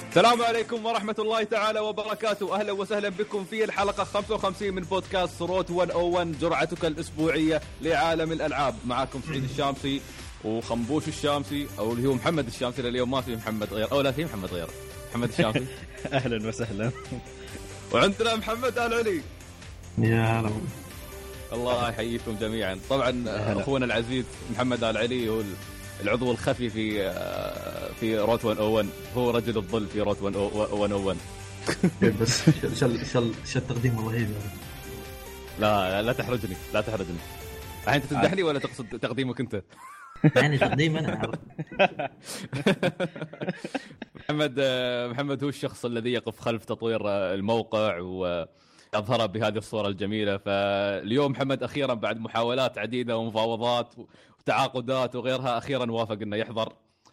السلام عليكم ورحمة الله تعالى وبركاته. أهلا وسهلا بكم في الحلقة 55 من بودكاست روت 101، جرعتك الأسبوعية لعالم الألعاب. معاكم سعيد الشامسي وخنبوش الشامسي، أو اللي هو محمد الشامسي. لليوم ما في محمد غير، أو لا في محمد غير، محمد الشامسي. أهلا وسهلا. وعندنا محمد آل علي. يا هلا. الله يحييكم جميعا. طبعا أخونا العزيز محمد آل علي هو العضو الخفي في روت 101، هو رجل الظل في روت 101. بس شو التقديم الرهيب يعني. لا تحرجني. الحين انت تمدحني ولا تقصد تقديمك انت؟ يعني تقديم انا عارف. محمد هو الشخص الذي يقف خلف تطوير الموقع ويظهره بهذه الصورة الجميلة. فاليوم محمد أخيرا بعد محاولات عديدة ومفاوضات وتعاقدات وغيرها أخيرا وافق إنه يحضر.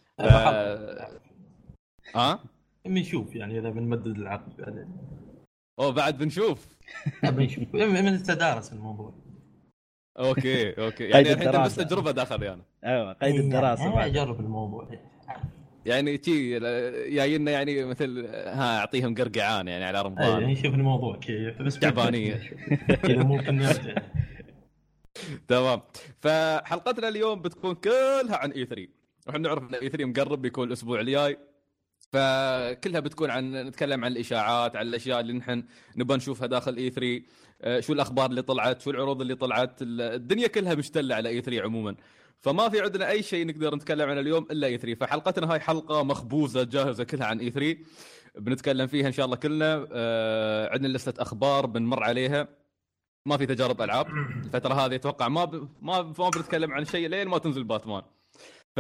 بنشوف يعني إذا بنمدد العقد بعدين. بعد بنشوف. من التدارس الموضوع. اوكي يعني الحين بس تجربه داخل يعني. ايوه قيد الدراسه بعد اجرب الموضوع يعني تي جاينا يعني مثل اعطيهم قرقعان يعني على رمضان. يعني نشوف الموضوع كيف بس تعبانيه كذا ممكن نرجع. تمام. فحلقتنا اليوم بتكون كلها عن E3، وإحنا نعرف ان E3 مقرب بيكون الاسبوع الجاي، فكلها بتكون نتكلم عن الاشاعات، عن الاشياء اللي نحن نبغى نشوفها داخل E3، شو الاخبار اللي طلعت، شو العروض اللي طلعت. الدنيا كلها مشتله على E3 عموما، فما في عندنا اي شيء نقدر نتكلم عنه اليوم الا E3. فحلقتنا هاي حلقه مخبوزه جاهزه كلها عن E3 بنتكلم فيها ان شاء الله كلنا. عندنا لسته اخبار بنمر عليها، ما في تجارب العاب الفتره هذه. اتوقع ما بنتكلم عن شيء لين ما تنزل باتمان. ف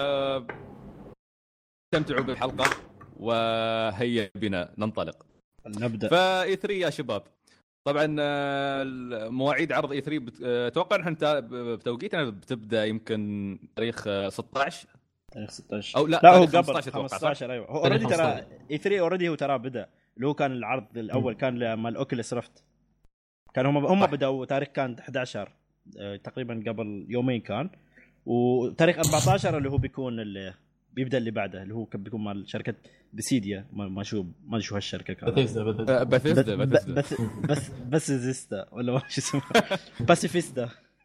استمتعوا بالحلقه وهيا بنا ننطلق نبدا. فE3 يا شباب، طبعا مواعيد عرض E3 اتوقع نحن بتوقيتنا بتبدا يمكن تاريخ 16 او لا هو قبل 15. ايوه هو اوريدي ترى E3 اوريدي هو ترى بدا، اللي هو كان العرض الاول كان مال اوكيلس ريفت، كان هم بداوا تاريخ كان 11 تقريبا قبل يومين كان، وتاريخ 14 اللي هو بيكون اللي بيبدا اللي بعده اللي هو بيكون مال شركه بسيديا. ما شو هالشركه كانت بس زيستا ولا ما شو اسمها باسيفيستا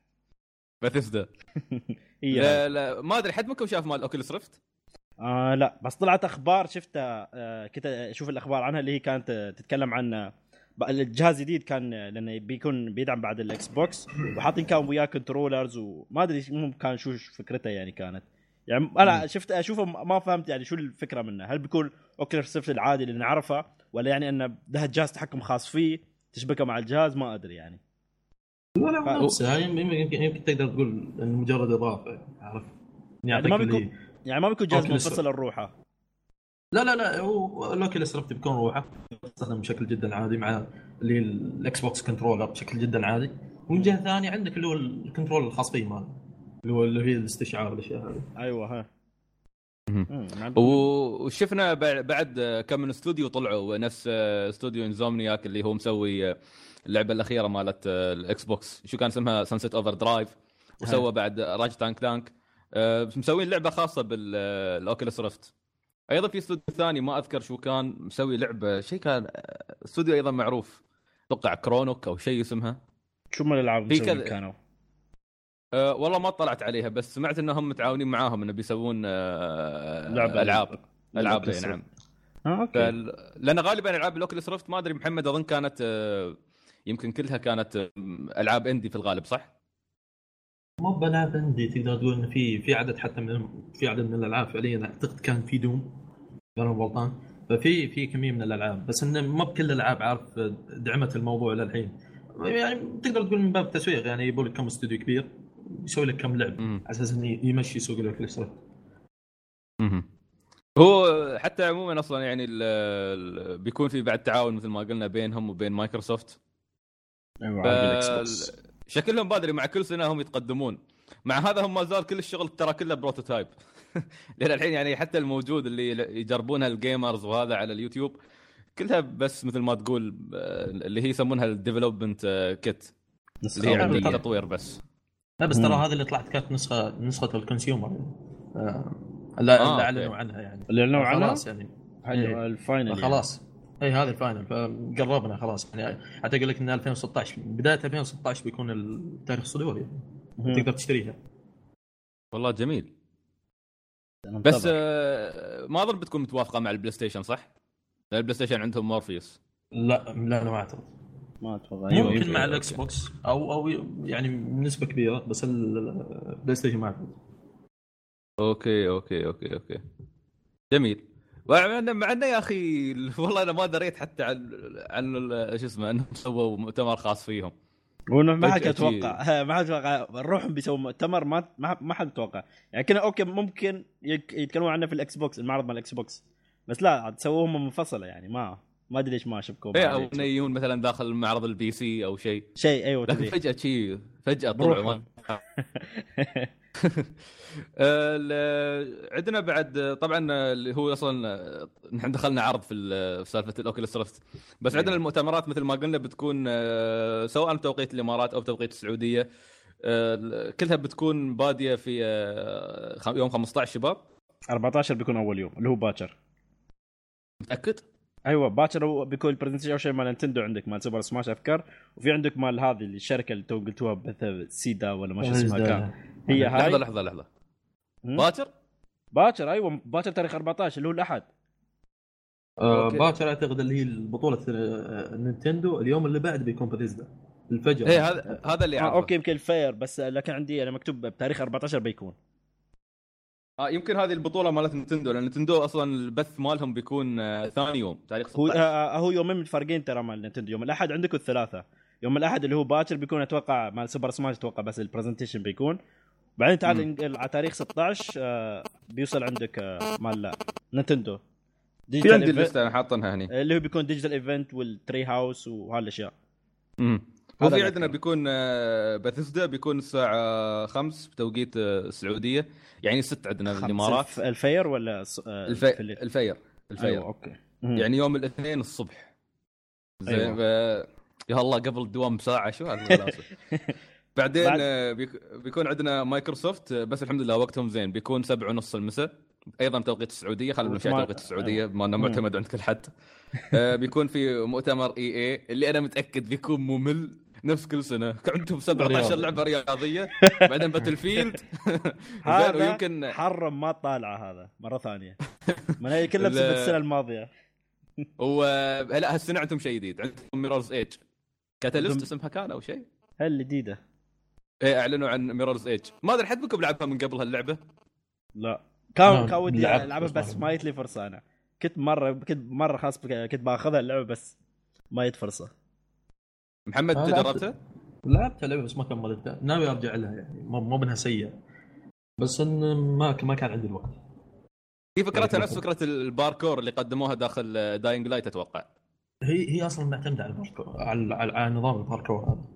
لا ما ادري حد منكم شاف مال اوكيلس ريفت؟ لا بس طلعت اخبار شفتها كده، اشوف الاخبار عنها اللي هي كانت تتكلم عن الجهاز الجديد، كان لانه بيكون بيدعم بعد الاكس بوكس، وحاطين كان وياه كنترولرز وما ادري كان شو فكرتها يعني. كانت يعني انا اشوفه ما فهمت يعني شو الفكره منه. هل بيكون اوكيلس ريفت العادي اللي نعرفه، ولا يعني انه ده جهاز تحكم خاص فيه تشبكه مع الجهاز؟ ما ادري يعني. لا نفسها يمكن تقدر تقول انه مجرد اضافه، عارف يعني ما بيكون جهاز منفصل للروحه. لا هو الاوكيلس ريفت بيكون روحه يستخدم بشكل جدا عادي مع اللي الاكس بوكس كنترولر بشكل جدا عادي، ومن جهه ثانيه عندك اللي هو الكنترول الخاص فيه ماله اللي هي الاستشعار الاشياء هذه. ايوه ها. وشفنا بعد كم من استوديو طلعوا، نفس استوديو انزومنياك اللي هو مسوي اللعبه الاخيره مالت الاكس بوكس، شو كان اسمها، سانسيت اوفر درايف، وسوى بعد راجت تانك لانك، مسوين لعبه خاصه بالاوكيلس ريفت. ايضا في استوديو ثاني ما اذكر شو كان مسوي لعبه، شيء كان استوديو ايضا معروف، اتوقع كرونوك او شيء اسمها. شو من الالعاب كانوا والله ما طلعت عليها، بس سمعت انهم متعاونين معاهم انه بيسوون العاب نعم. اوكي. لان غالبا العاب الاوكيلس ريفت ما ادري محمد اظن كانت يمكن كلها كانت العاب اندي في الغالب، صح؟ مو بلعب اندي، تقدر تقول ان في عدد حتى في عدد من الالعاب فعليا اعتقد كان في دوم انا غلطان، ففي كميه من الالعاب، بس انه ما بكل الالعاب عارف دعمت الموضوع للحين. يعني تقدر تقول من باب التسويق، يعني يبول كم استوديو كبير يسوي لك كم لعب على اساس انه يمشي سوق الاوكيلس ريفت. هو حتى عموما اصلا يعني بيكون في بعد تعاون مثل ما قلنا بينهم وبين مايكروسوفت. ايوه شكلهم بادري مع كل سنه هم يتقدمون. مع هذا هم ما زال كل الشغل ترى كله بروتوتايب لين الحين، يعني حتى الموجود اللي يجربونها الجيمرز وهذا على اليوتيوب كلها بس مثل ما تقول اللي هي يسمونها الديفلوبمنت كيت، اللي هي عندي تطوير بس. لا بس ترى هذه اللي طلعت كانت نسخه الكونسيومر اللي اعلنوا عنها، يعني اللي اعلنوا عنها خلاص يعني الفاينل خلاص اي هذا الفاينل فقربنا خلاص يعني حتى اقول لك ان 2016 بدايه 2016 بيكون التاريخ الصدوري تقدر تشتريها. والله جميل. بس ما اظن بتكون متوافقه مع البلاي ستيشن صح؟ البلاي ستيشن عندهم مورفيوس. لا انا ما اعتقد. ما اتوقع. ممكن مع الاكس بوكس او يعني بنسبه كبيره بس البلاي ستيشن ما اعتقد. اوكي جميل. مع انه يا اخي والله انا ما دريت حتى عن شو اسمه انهم سووا مؤتمر خاص فيهم. وانا ما حد اتوقع ما حد اتوقع نروحهم بيسووا مؤتمر ما حد اتوقع يعني كنا اوكي ممكن يتكلمون عنه في الاكس بوكس المعرض مع الاكس بوكس بس لا تسووهم منفصله يعني ما ادري ليش ما شبكوا او يجون مثلا داخل معرض البي سي او شيء ايوه لكن فجاه طلعوا عندنا بعد طبعا اللي هو اصلا نحن دخلنا عرض في سالفه الاوكيوليس ريفت بس عندنا المؤتمرات مثل ما قلنا بتكون سواء بتوقيت الامارات او بتوقيت السعوديه كلها بتكون باديه في يوم 15 شباب 14 بيكون اول يوم اللي هو باكر. متاكد؟ ايوه باكر بيكون البرزنتيشن اول شيء مال نينتندو عندك مال سوبر سماش افكار وفي عندك مال هذه الشركه اللي تو قلتوها بث سيدا ولا ما شو اسمها كان هي هاي لحظه باكر ايوه باكر تاريخ 14 اللي هو الاحد. باكر اعتقد اللي هي البطوله نينتندو اليوم اللي بعد بيكون بثيسدا الفجر. ايه هذا اللي اوكي يمكن الفير بس لكن عندي انا مكتوب بتاريخ 14 بيكون. يمكن هذه البطوله مالت نينتندو لان نينتندو اصلا البث مالهم بيكون ثاني يوم تاريخ 16. هو يومين متفرقين ترى مال نينتندو. يوم الاحد عندكم الثلاثه يوم الاحد اللي هو باكر بيكون اتوقع مال سوبر سماش اتوقع بس البرزنتيشن بيكون بعدين تعال على تاريخ 16 بيوصل عندك مال نينتندو في عندي الليسته انا حاطنها هني اللي هو بيكون ديجيتال ايفنت والتري هاوس وهالاشياء. وفي عندنا بيكون بثيسدا بيكون الساعه 5 بتوقيت السعوديه يعني 6 عندنا في الامارات. الفير ولا الفير أيوة أوكي. يعني يوم الاثنين الصبح زين. أيوة. يا الله قبل الدوام بساعه شو هذا بعدين بيكون عندنا مايكروسوفت بس الحمد لله وقتهم زين بيكون 7:30 المساء ايضا توقيت السعوديه. خلينا نمشي توقيت السعوديه بما انه معتمد عند كل حد. بيكون في مؤتمر اي اللي انا متاكد بيكون ممل نفس كل سنه. عندهم 17 لعبه رياضيه بعدين باتل فيلد هذا ويمكن حرم ما طالعه هذا مره ثانيه من هي كلها بسبب السنه الماضيه. لا هالسنه عندهم شيء جديد عندهم ميرورز ايج كاتاليست اسمها كان او شيء هل جديده. ايه اعلنوا عن ميرورز ايج. ما ادري حد بكم لعبها من قبل هاللعبه؟ لا كان ودي العبها بس ما جت لي فرصه. انا كنت مره خاص كنت باخذها اللعبه بس ما جت فرصه. محمد جربتها؟ لعبتها لعبه بس ما كملتها. ناوي ارجع لها يعني مو بانها سيئه بس ان ما كان عندي الوقت. هي فكرتها نفس فكره الباركور اللي قدموها داخل داينج لايت اتوقع. هي اصلا معتمده على الباركور على نظام الباركور هذا.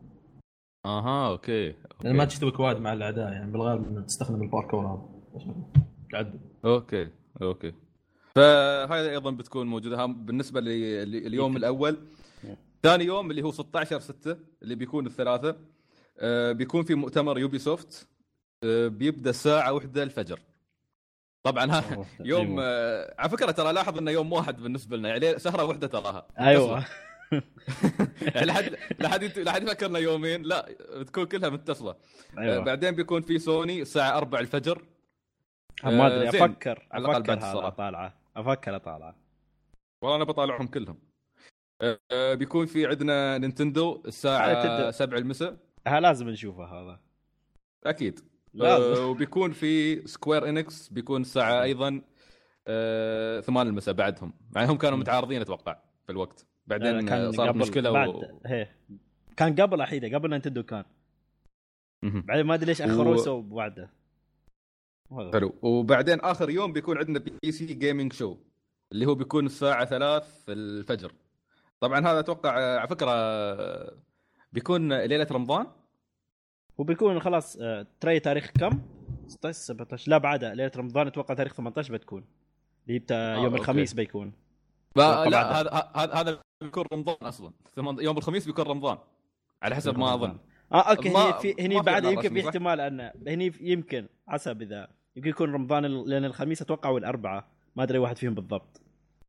اوكي. يعني ما تشتبك وايد مع الاعداء يعني بالغالب تستخدم الباركور هذا تعدل. اوكي فهذا ايضا بتكون موجوده بالنسبه لليوم الاول. ثاني يوم اللي هو 16/6 اللي بيكون الثلاثة بيكون في مؤتمر يوبي سوفت بيبدا الساعه 1 الفجر. طبعا يوم على فكره ترى لاحظ انه يوم واحد بالنسبه لنا يعني سهره واحده تراها. ايوه لا حد يفكرنا يومين لا بتكون كلها متصله. أيوة. بعدين بيكون في سوني الساعه 4 الفجر. ما ادري افكر هذا طالعه اطالعه والله انا بطالعهم كلهم. بيكون في عندنا نينتندو الساعه 7 المساء. لازم نشوفه هذا اكيد لازم. وبيكون في سكوير انكس بيكون الساعه ايضا 8 المساء بعدهم يعني هم كانوا متعارضين اتوقع في الوقت بعدين صار مشكله كان قبل احيده قبل نينتندو كان بعدين ما ادري ليش اخروه سو بعده. حلو. وبعدين اخر يوم بيكون عندنا بي سي جيمنج شو اللي هو بيكون الساعه 3 الفجر. طبعا هذا اتوقع على فكره بيكون ليله رمضان وبيكون خلاص تري تاريخ كم 16 17 لا بعدها ليله رمضان اتوقع تاريخ 18 بتكون اللي يوم الخميس بيكون. لا هذا بيكون رمضان اصلا يوم الخميس بيكون رمضان على حسب ما اظن. اوكي هي هني بعد يمكن في احتمال ان هني يمكن حسب اذا يمكن يكون رمضان لان الخميس اتوقع والاربعاء ما ادري واحد فيهم بالضبط.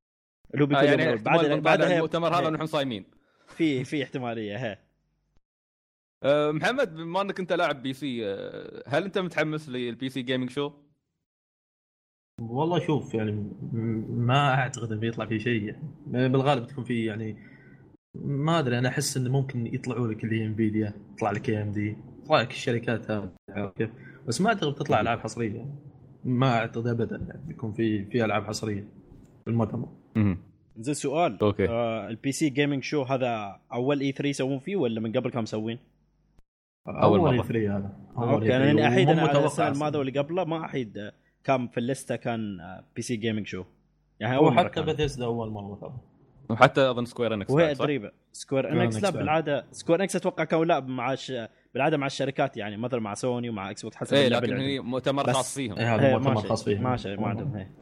اللي هو بيكون يعني يوم الأول. بعد المؤتمر هذا نحن صايمين. في احتماليه ها. محمد، بما انك انت لاعب بي سي، هل انت متحمس للبي سي جيمنج شو؟ والله شوف يعني ما اعتقد انه بيطلع فيه شيء يعني. بالغالب تكون فيه يعني ما ادري. انا احس انه ممكن يطلعوا لك اللي هي انفيديا، يطلع لك اي ام دي، يطلع لك الشركات هذه كيف. بس ما اعتقد تطلع العاب حصريه يعني. ما اعتقد ابدا يعني بيكون في العاب حصريه بالمؤتمر. زين سؤال، اوكي. البي سي جيمنج شو هذا اول اي 3 يسوون فيه ولا من قبل كانوا مسوين؟ أول مرة. اول 3 هذا اوكي انا احيد على السنه الماضيه واللي قبله ما احيد كان في الليسته كان بي سي جيمنج شو يعني هو اول مره حتى بثيسدا اول مره ترى. وحتى اظن سكوير انكس وهي قريبه. سكوير انكس لا إنكس بالعاده سكوير انكس اتوقع كانوا لا بالعاده مع الشركات يعني مثلا مع سوني ومع اكس بوكس حسب ايه، اللعبه لكن اللي هي عندهم. مؤتمر خاص فيهم. إيه هذا مؤتمر ماشي. خاص فيهم. ماشي ما عندهم هي.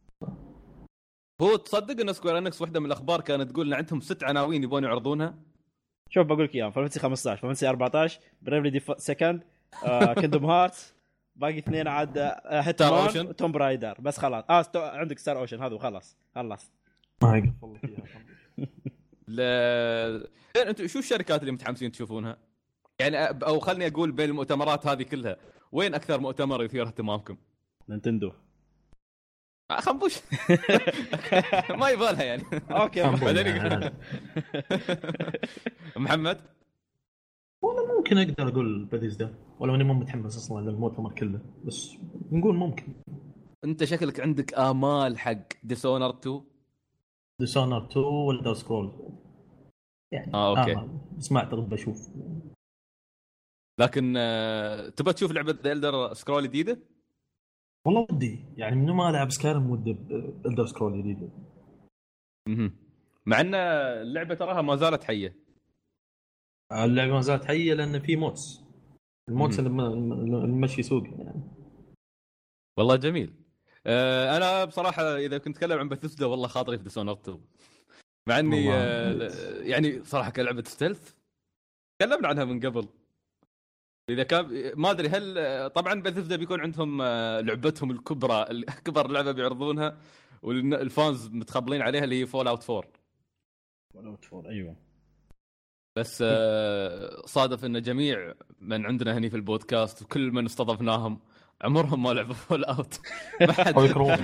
هو تصدق ان سكوير انكس واحده من الاخبار كانت تقول ان عندهم 6 عناوين يبون يعرضونها. شوف بقول لك اياهم: فانتسي 15، فانتسي 14، بريفلي سكند، كيندوم هارتس، باقي 2 عاد هيتمان وتوم برايدر. بس خلاص. عندك ستار اوشن هذا وخلاص خلص. ما يقفل فيها. لا انتم شو الشركات اللي متحمسين تشوفونها يعني؟ او خلني اقول بين المؤتمرات هذه كلها وين اكثر مؤتمر يثير اهتمامكم؟ نينتندو. خنبوش. ما يبالها يعني. اوكي محمد والله ممكن اقدر اقول بثيسدا، ولو اني مو متحمس اصلا للمؤتمر كله، بس نقول ممكن. انت شكلك عندك امال حق ديسونر 2. ديسونر 2 والدر سكرول يعني اوكي. بس ما اعتقد بشوف. لكن تبغى تشوف لعبه الدر سكرول جديده؟ والله ودي يعني منو ما العب سكايرم ودي بالدر سكرول جديده. مع ان اللعبه تراها ما زالت حيه. اللعبه ما زالت حيه لان في موتس. الموتس اللي مشي سوق يعني. والله جميل. انا بصراحه اذا كنت اتكلم عن بثيسدا والله خاطري في ديسونر 2. مع اني يعني صراحه كلعبه ستيلث تكلمنا عنها من قبل. اذا كان ما ادري هل طبعا بثيسدا بيكون عندهم لعبتهم الكبرى، اكبر لعبه بيعرضونها والفانز متقبلين عليها اللي هي فول اوت 4. فول اوت 4 ايوه. بس صادف ان جميع من عندنا هني في البودكاست وكل من استضفناهم عمرهم ما لعبوا فول اوت. ما حد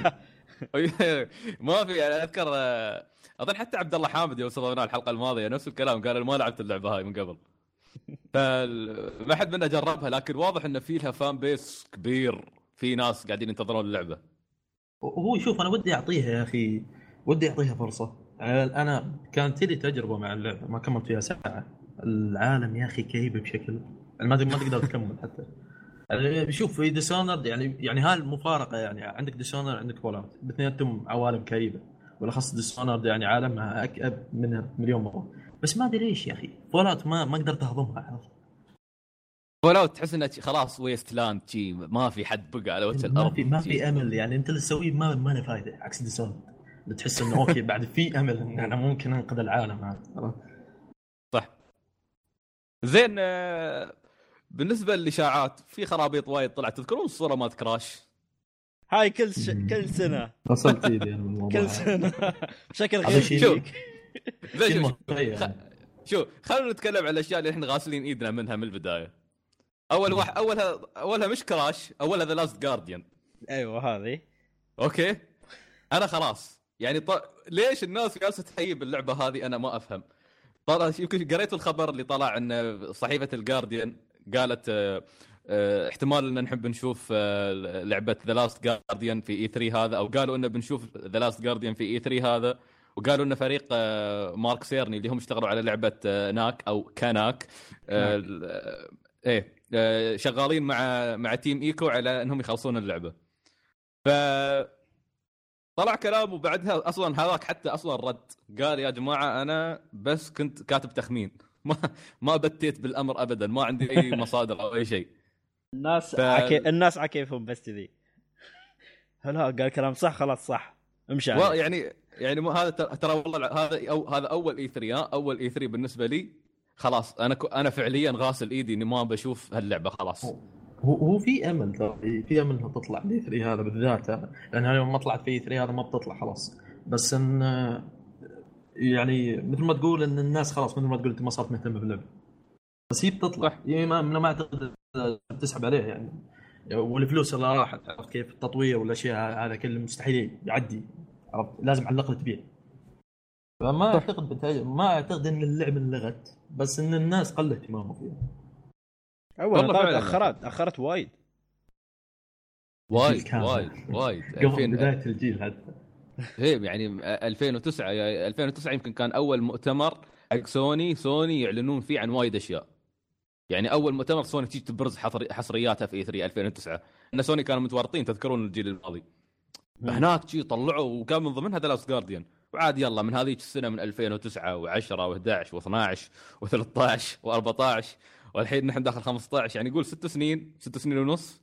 ما في يعني. اذكر اظن حتى عبد الله حامد يوم استضفناه الحلقه الماضيه نفس الكلام، قال ما لعبت اللعبه هاي من قبل. فما حد منا جربها، لكن واضح ان في لها فان بيس كبير، في ناس قاعدين ينتظرون اللعبه. وهو شوف انا ودي اعطيها يا اخي، ودي اعطيها فرصه. انا كانت لي تجربه مع اللعبه ما كملت فيها ساعه. العالم يا اخي كئيب بشكل ما تقدر تكمل حتى. شوف في ديسونر يعني هاي المفارقه يعني. عندك ديسونر عندك فول اوت، باثنيناتهم عوالم كئيبه، بالاخص ديسونر يعني عالمها اكئب منها مليون مره. بس ما ادري ليش يا اخي فول اوت ما قدرت اهضمها. فول اوت تحس انها خلاص ويست لاند شي، ما في حد بقى على وجه الارض، ما في امل يعني. انت اللي تسويه ما له فايده، عكس ديسونر تحس انه اوكي بعد في امل ان انا ممكن انقذ العالم هذا. صح. زين بالنسبه للاشاعات في خرابيط وايد طلعت. تذكرون الصوره مالت كراش؟ هاي كل سنه وصلت ايدي انا بالموضوع. كل سنه بشكل غير شوف يعني. شو خلينا نتكلم عن الاشياء اللي احنا غاسلين ايدنا منها من البدايه. اولها مش كراش، اولها ذا لاست جارديان. ايوه هذه. اوكي انا خلاص يعني ليش الناس جالسه تحيي اللعبه هذه؟ انا ما افهم. يمكن قريت الخبر اللي طلع ان صحيفه الجارديان قالت احتمال ان نحب نشوف لعبه ذا لاست جارديان في اي 3 هذا، او قالوا ان بنشوف ذا لاست جارديان في اي 3 هذا، وقالوا ان فريق مارك سيرني اللي هم اشتغلوا على لعبه ناك او كاناك شغالين مع تيم ايكو على انهم يخلصون اللعبه. ف طلع كلام وبعدها اصلا هذاك حتى اصلا رد قال يا جماعه انا بس كنت كاتب تخمين، ما بتيت بالامر ابدا، ما عندي اي مصادر او اي شيء. الناس عكيفهم بس كذي. هلا قال كلام صح خلاص صح امشي عليه. يعني هذا ترى والله هذا اول اي 3 اول اي 3 بالنسبه لي. خلاص انا فعليا غاسل ايدي اني ما بشوف هاللعبه خلاص. هو في امل ترى، في امل انها تطلع في 3 هذا بالذات، لان يوم ما طلعت في 3 هذا ما بتطلع خلاص. بس ان يعني مثل ما تقول ان الناس خلاص، مثل ما تقول انت ما صارت مهتمه باللعبه، بس هي بتطلع. صح. يعني ما اعتقد تسحب عليه يعني. والفلوس اللي راحت، عرفت كيف، التطوير والاشياء هذا كله مستحيل يعدي، عرفت، لازم على الاقل تبيع. فما صح. اعتقد ما اعتقد ان اللعبه لغت، بس ان الناس قل اهتمامهم فيها. اولا والله طلعت فعلا تاخرت وايد. الجيل وايد كامل وايد قبل 2000. بدايه الجيل حتى. هي يعني 2009 2009 يمكن كان اول مؤتمر حق سوني يعلنون فيه عن وايد اشياء. يعني اول مؤتمر سوني تيجي تبرز حصرياتها في 3 2009. ان سوني كانوا متورطين، تذكرون الجيل الماضي. هناك شيء طلعوا وكان من ضمنها ذا لاست جارديان. وعاد يلا من هذيك السنه من 2009 و10 و11 و12 و13 و14 والحين نحن داخل 15، يعني يقول 6 سنين ونص.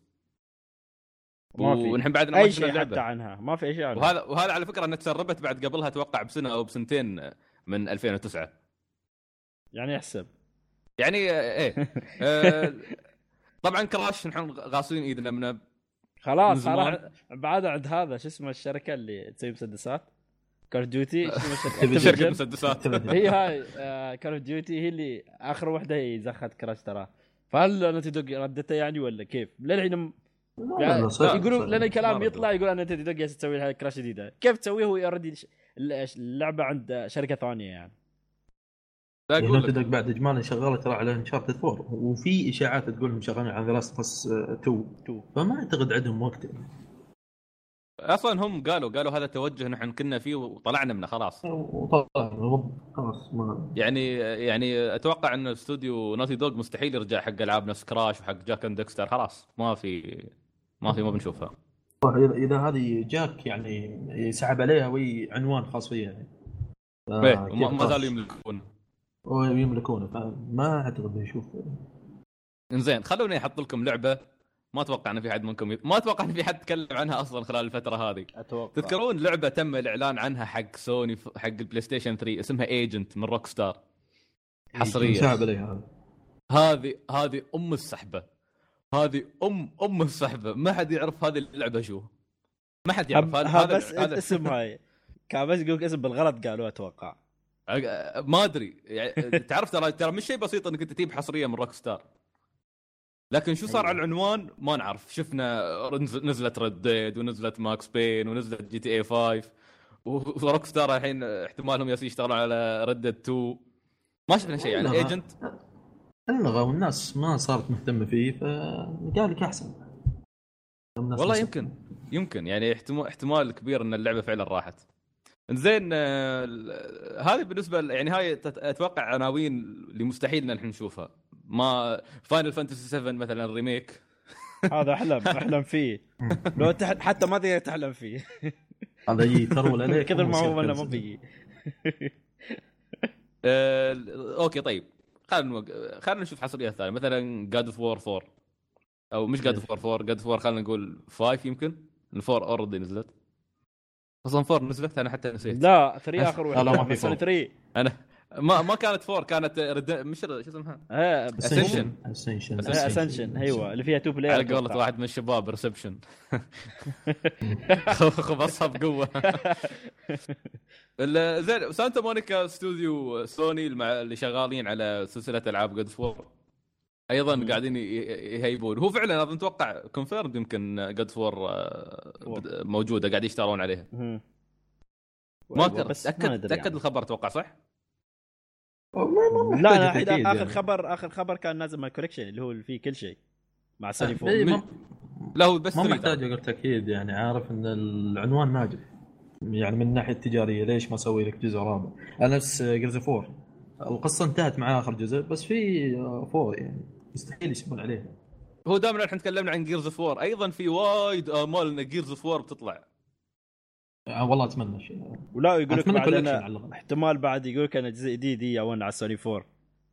ما في ونحن بعدنا ما اي شفنا شيء اللعبه. حتى عنها، ما في اي شيء عنها. وهذا على فكره انها تسربت بعد قبلها اتوقع بسنه او بسنتين من 2009. يعني احسب. يعني ايه. طبعا كراش نحن غاسلين ايدنا من خلاص زمان. بعد عند هذا شو اسمه الشركه اللي تسوي مسدسات كار ديوتي، شو اسمه شركه الشركه مسدسات. هي هاي كار ديوتي هي اللي اخر وحده هي زخت كراش ترى. فهل انا تدق ردته يعني ولا كيف؟ للحين يعني يقولوا لنا كلام يطلع يقول انا تدق جالس تسوي لها كراش جديده، كيف تسويه هو اوريدي اللعبه عند شركه ثانيه يعني. لا اقول تدق لك بعد اجمالا شغاله ترى على انشارتد 4، وفي اشاعات تقول انهم شغالين على ذا لاست اوف 2، فما اعتقد عندهم وقت. اصلا هم قالوا هذا توجه نحن كنا فيه وطلعنا منه خلاص. وطبعا خلاص ما يعني اتوقع ان استوديو نوتي دوغ مستحيل يرجع حق العاب نفس كراش وحق جاك اند ديكستر. خلاص ما بنشوفها. اذا هذه جاك يعني يسحب عليها وي عنوان خاص فيها يعني. ما زالوا يملكون ويملكونه، فما اعتقد بنشوف. انزين خلوني احط لكم لعبه ما اتوقع ان في حد منكم ما اتوقع ان في حد تكلم عنها اصلا خلال الفتره هذه. اتوقع تذكرون لعبه تم الاعلان عنها حق سوني حق البلاي ستيشن 3 اسمها ايجنت من روك ستار حصريه. سحب عليها هذه ام السحبه. هذه ام السحبه. ما حد يعرف هذه اللعبه شو. ما حد يعرف هذا بس اسم هاي كان بس يقولك اسم بالغلط قالوا اتوقع. ما ادري يعني تعرف ترى مش شيء بسيط انك انت تجيب حصريه من روك ستار. لكن شو صار على العنوان ما نعرف. شفنا نزلت ريد ديد ونزلت ماكس بين ونزلت جي تي اي 5 وروك ستار الحين احتمالهم يشتغلون على ريد ديد 2. ما شفنا شيء يعني ايجنت الغى والناس ما صارت مهتمه فيه، فقال لك احسن. والله يمكن يعني احتمال كبير ان اللعبه فعلا راحت. زين هذه بالنسبه يعني هاي اتوقع عناوين اللي مستحيل ان احنا نشوفها. ما فاينل فانتسي 7 مثلا ريميك هذا احلم فيه. لو حتى ما تقدر تحلم فيه. هذا يترول عليك كثر ما هو ما بيجي. اوكي طيب خلينا نشوف حصريات ثانيه مثلا جاد اوف وور 4 او مش جاد اوف وور 4 جاد اوف وور خلينا نقول 5 يمكن. 4 اوريدي نزلت اصلا 4 نزلت انا حتى نسيت. لا 3 اخر واحده. لا ما في 3 انا ما كانت 4 كانت مش شو اسمها اسنشن ايوه اللي فيها 2 بلاير على قولة واحد من الشباب ريسبشن. خبصها بقوه. زين سانتا مونيكا استوديو سوني اللي شغالين على سلسله العاب جود فور ايضا قاعدين يهيبون. هو فعلا اظن اتوقع كونفيرم يمكن جود فور موجوده قاعد يشتغلون عليها. ما تاكد الخبر اتوقع صح. لا اخر خبر كان نازل مع كولكشن اللي هو فيه كل شيء مع سوني فور. لا هو بس ما محتاج اقول تاكيد يعني عارف ان العنوان ناجح يعني من الناحيه التجاريه. ليش ما اسوي لك جزء رابع؟ انا نفس جيرز فور القصه انتهت مع اخر جزء بس في فور يعني مستحيل يسمون عليها. هو دائما احنا تكلمنا عن جيرز فور ايضا في وايد امال ان جيرز فور بتطلع. والله اتمنى شيء. ولا يقول لك بعد احتمال بعد يقول لك انا جزء جديد او على سوني 4.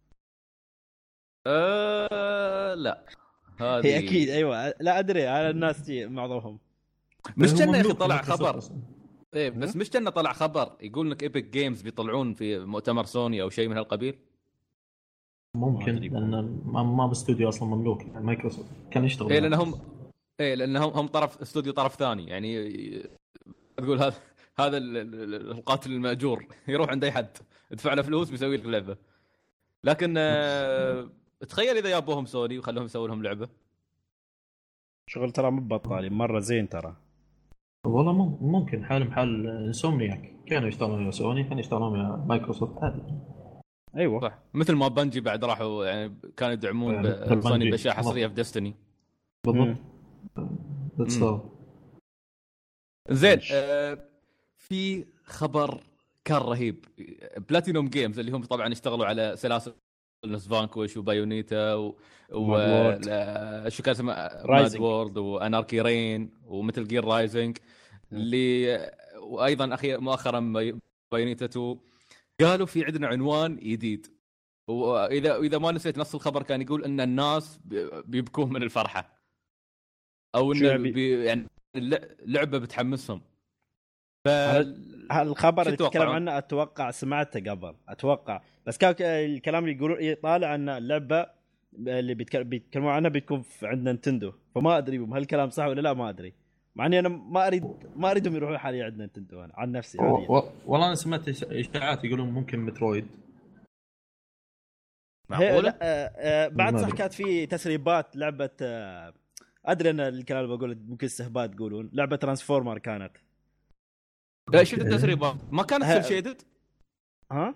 لا هي اكيد ايوه لا ادري على الناس معظمهم مش كنا يا اخي طلع خبر ايه بس مش كنا طلع خبر يقول لك ايبك جيمز بيطلعون في مؤتمر سوني او شيء من هالقبيل. ممكن لان ما باستوديو اصلا مملوك يعني مايكروسوفت كان يشتغل لانهم طرف استوديو طرف ثاني يعني تقول هذا القاتل المأجور يروح عند اي حد ادفع له فلوس بيسوي لك لعبه. لكن تخيل اذا يابوهم سوني وخلوهم يسوون لهم لعبه. شغل ترى مو بطالي مره زين ترى. والله ممكن حالهم حال انسومنياك، كانوا يشتغلون يا سوني، كانوا يشتغلون يا مايكروسوفت عادي. ايوه صح، مثل ما بنجي بعد راحوا يعني كانوا يدعمون سوني باشياء حصريه في ديستني. بالضبط. زين في خبر كان رهيب. بلاتينوم جيمز اللي هم طبعا اشتغلوا على سلاسل فانكوش وبايونيتا شو كان اسمه ماد وورد واناركي رين ومثل جير رايزنج اللي وايضا مؤخرا بايونيتا 2. قالوا في عندنا عنوان جديد، واذا ما نسيت نص الخبر كان يقول ان الناس بيبكون من الفرحه او ان يعني اللعبه بتحمسهم. الخبر اللي تتكلم عنه اتوقع سمعته قبل، اتوقع بس كان الكلام اللي يقولون طالع ان اللعبه اللي بيتكلموا عنها بتكون عند نينتندو، فما ادري هل الكلام صح ولا لا، ما ادري، مع اني انا ما اريدهم يروحوا حاليا عند نينتندو انا عن نفسي. والله انا سمعت اشاعات يقولون ممكن مترويد. معقوله بعد صح كانت في تسريبات لعبه ادري ان الكلام اللي بقوله ممكن استهبال تقولون لعبه ترانسفورمر كانت. لا شفت التسريبات ما كانت سيل شيدد. ها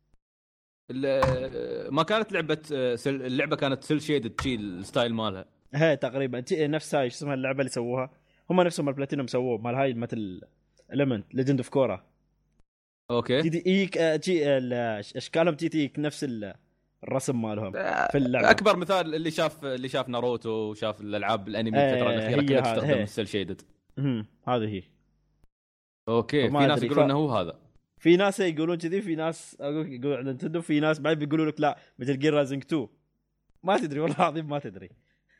ما كانت لعبه اللعبه كانت سيل شيدد شيء الستايل مالها هي تقريبا نفس هاي اسمها اللعبه اللي سووها هم نفسهم البلاتينوم سووه مال هاي مثل إليمنت ليجند اوف كورا. اوكي تيك اشكالهم تيك نفس الرسم مالهم في اللعبه. اكبر مثال اللي شاف ناروتو وشاف الالعاب الانمي الفتره الاخيره كلها تستخدم السيل شيدد. هذه هي. اوكي في ناس يقولون انه هو هذا، في ناس يقولون كذي، في ناس يقولون عند نينتندو، في ناس بعد بيقولوا لك لا مثل جير رايزنج 2. ما تدري والله العظيم ما تدري.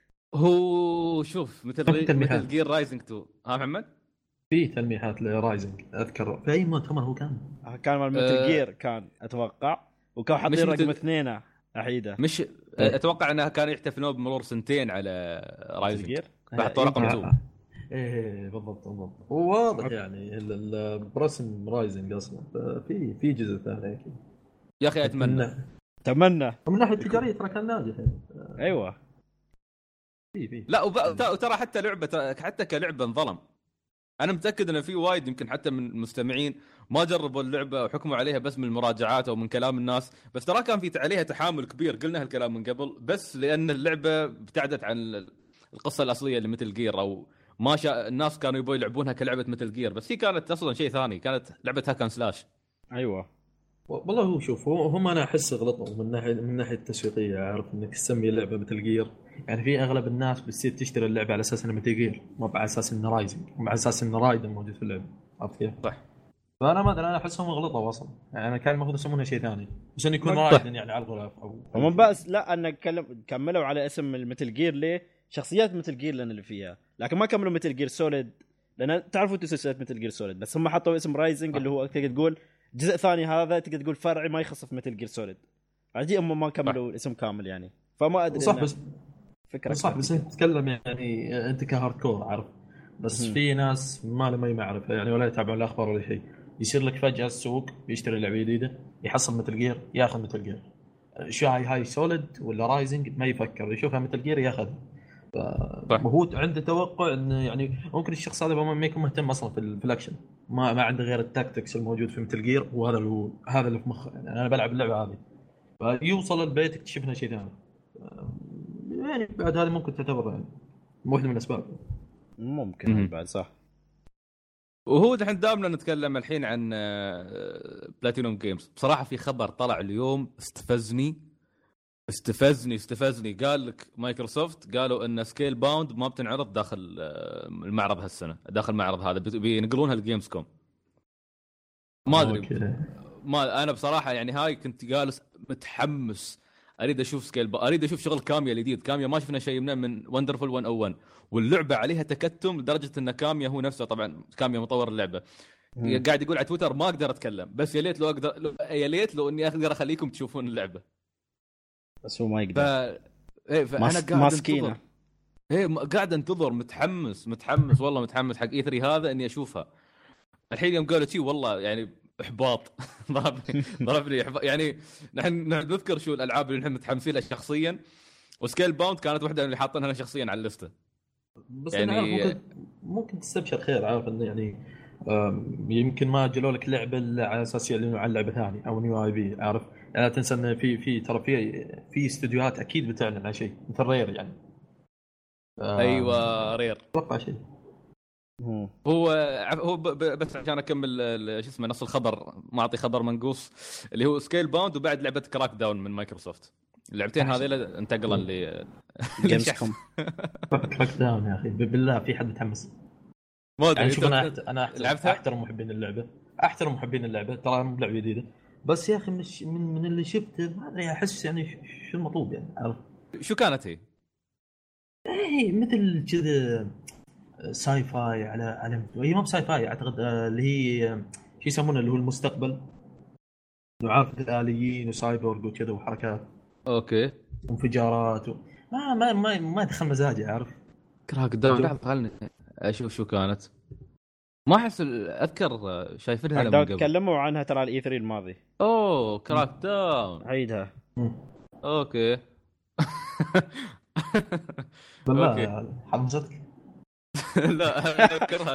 هو شوف مثل جير رايزنج 2 ها محمد في تلميحات لرايزنج اذكر في اي مؤتمر هو كان مال مثل جير كان اتوقع، وكان حاطين رقم 2 احيده مش اتوقع انها كانوا يحتفلون بمرور 2 على رايزنج فحطوا رقم 2. ايه بالضبط هو واضح يعني البرسم رايزنج اصلا في جزء ثاني اكيد يا اخي اتمنى من ناحيه التجاريه ترى كان ناجح. ايوه في لا وترى حتى لعبه حتى كلعبه انظلم. انا متاكد ان في وايد يمكن حتى من المستمعين ما جربوا اللعبه وحكموا عليها بس من المراجعات او من كلام الناس، بس ترى كان في عليها تحامل كبير، قلنا هالكلام من قبل، بس لان اللعبه ابتعدت عن القصه الاصليه اللي مثل جير او ما الناس كانوا يبغوا يلعبونها كلعبه مثل جير، بس هي كانت اصلا شيء ثاني، كانت لعبه هاكن سلاش. ايوه والله هو شوف هم انا احس غلطوا من ناحيه التسويقيه. عارف انك تسمي لعبه مثل جير، يعني في اغلب الناس بتصير تشتري اللعبه على اساس انها مثل جير، مو على اساس انه رايزنج، مو على اساس انه رايدن موجود في اللعبه. عرفت كيف؟ صح. فانا ما ادري، انا احسهم غلطوا اصلا، يعني انا كان المفروض يسمونها شيء ثاني عشان يعني يكون رايدن يعني على الغلاف او هم بس لا ان كملوا على اسم المثل جير ليه شخصيات مثل جير لان اللي فيها، لكن ما كملوا مثل جير سوليد لان تعرفوا سلسله مثل جير سوليد، بس هم حطوا اسم رايزنج اللي هو تقدر تقول جزء ثاني، هذا تقدر تقول فرعي ما يخص في مثل جير سوليد، عادي هم ما كملوا الاسم كامل يعني. فما ادري صح بس فكره صح بس انت تتكلم يعني انت كهارد كور عارف، بس في ناس ما له ما يعرف يعني ولا يتابعون الاخبار ولا شيء، يصير لك فجاه السوق يشتري لعبه جديده يحصل مثل جير ياخذ مثل جير، شو هاي سوليد ولا رايزنج ما يفكر يشوفها مثل جير ياخذها. فهو عنده توقع انه يعني ممكن الشخص هذا ما يكون مهتم اصلا في الاكشن، ما عنده غير التاكتكس الموجود في مثل جير، وهذا اللي في مخه، يعني انا بلعب اللعبه هذه، فيوصل البيت يكتشفنا شيء ثاني، يعني بعد هذه ممكن تعتبر يعني واحده من الاسباب ممكن بعد صح. وهو دحين دامنا نتكلم الحين عن بلاتينوم جيمز، بصراحه في خبر طلع اليوم استفزني. قال لك مايكروسوفت قالوا ان سكيل باوند ما بتنعرض داخل المعرض هالسنه، داخل المعرض هذا بينقلونها الجيمز كوم. ما ادري ما انا بصراحه يعني هاي كنت جالس متحمس اريد اشوف اريد اشوف شغل كاميا الجديد. كاميا ما شفنا شيء منه من وندرفul 101، واللعبه عليها تكتم لدرجه ان كاميا هو نفسه، طبعا كاميا مطور اللعبه قاعد يقول على تويتر ما اقدر اتكلم، بس يا ليت لو اني اقدر اخليكم تشوفون اللعبه، بس هو ما يقدر. فانا قاعد ماسكينه قاعد انتظر متحمس والله متحمس حق E3 هذا اني اشوفها. الحين يوم قالوا شي والله يعني احباط. ضربني إحباط. يعني نحن نذكر شو الالعاب اللي نحن متحمسين لها شخصيا، وسكيل باوند كانت واحده من اللي حاطينها انا شخصيا على اللسته. بس يعني انا عارف ممكن تستبشر خير، عارف انه يعني يمكن ما جلوا لك لعبه إلا على اساس يعلنوا عن لعبه ثانيه او نيو اي بي، عارف يعني. لا تنسى ان ترى في استديوهات اكيد بتعلن عن شيء مثل رير يعني. ايوه رير اتوقع شيء. هو بس عشان اكمل شو اسمه نص الخبر، ما اعطي خبر منقوص، اللي هو سكيل باوند وبعد لعبه كراك داون من مايكروسوفت. اللعبتين هذه انتقلا ل جيمز كوم. كراك داون يا اخي بالله في حد متحمس؟ ما ادري يعني شوف انا لعبتها. احترم محبين اللعبه، ترى مو لعبه جديده، بس يا اخي من اللي شفته ما ادري، احس يعني شو المطلوب يعني، عارف شو كانت هي؟ ايه مثل كذا ساي فاي على هي مو ساي فاي اعتقد، اللي هي شو يسمونه اللي هو المستقبل، انه عارف الاليين وسايبورغ وكذا وحركات اوكي وانفجارات ما دخل مزاجي، عارف. كراك داون. لحظه خلني اشوف شو كانت. ما احس اذكر شايفينها من قبل. تكلموا عنها ترى الاي 3 الماضي. اوه كراك داون عيدها. اوكي. بالله حمستك. لا اتذكرها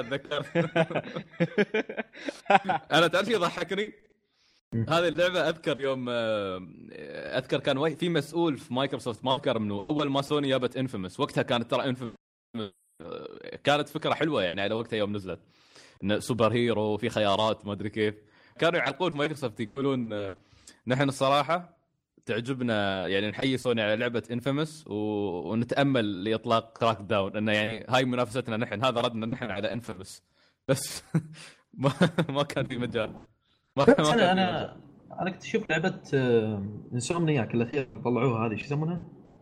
انا تعرف شو ضحكني؟ هذه اللعبه اذكر يوم اذكر كان في مسؤول في مايكروسوفت، ما اذكر منه، اول ما سوني جابت انفيمس وقتها كانت ترى انفيمس كانت فكره حلوه يعني على وقتها يوم نزلت، إن سوبر هيرو وفي خيارات ما ادري كيف. كانوا يعلقون في مايكروسوفت يقولون نحن الصراحه تعجبنا يعني نحيي سوني على لعبه انفيمس ونتامل لاطلاق كراك داون، انه يعني هاي منافستنا نحن، هذا ردنا نحن على انفيمس بس. ما كان في مجال. بس انا كنت اشوف لعبه انسومنياك الاخير طلعوها، هذه شو يسمونها؟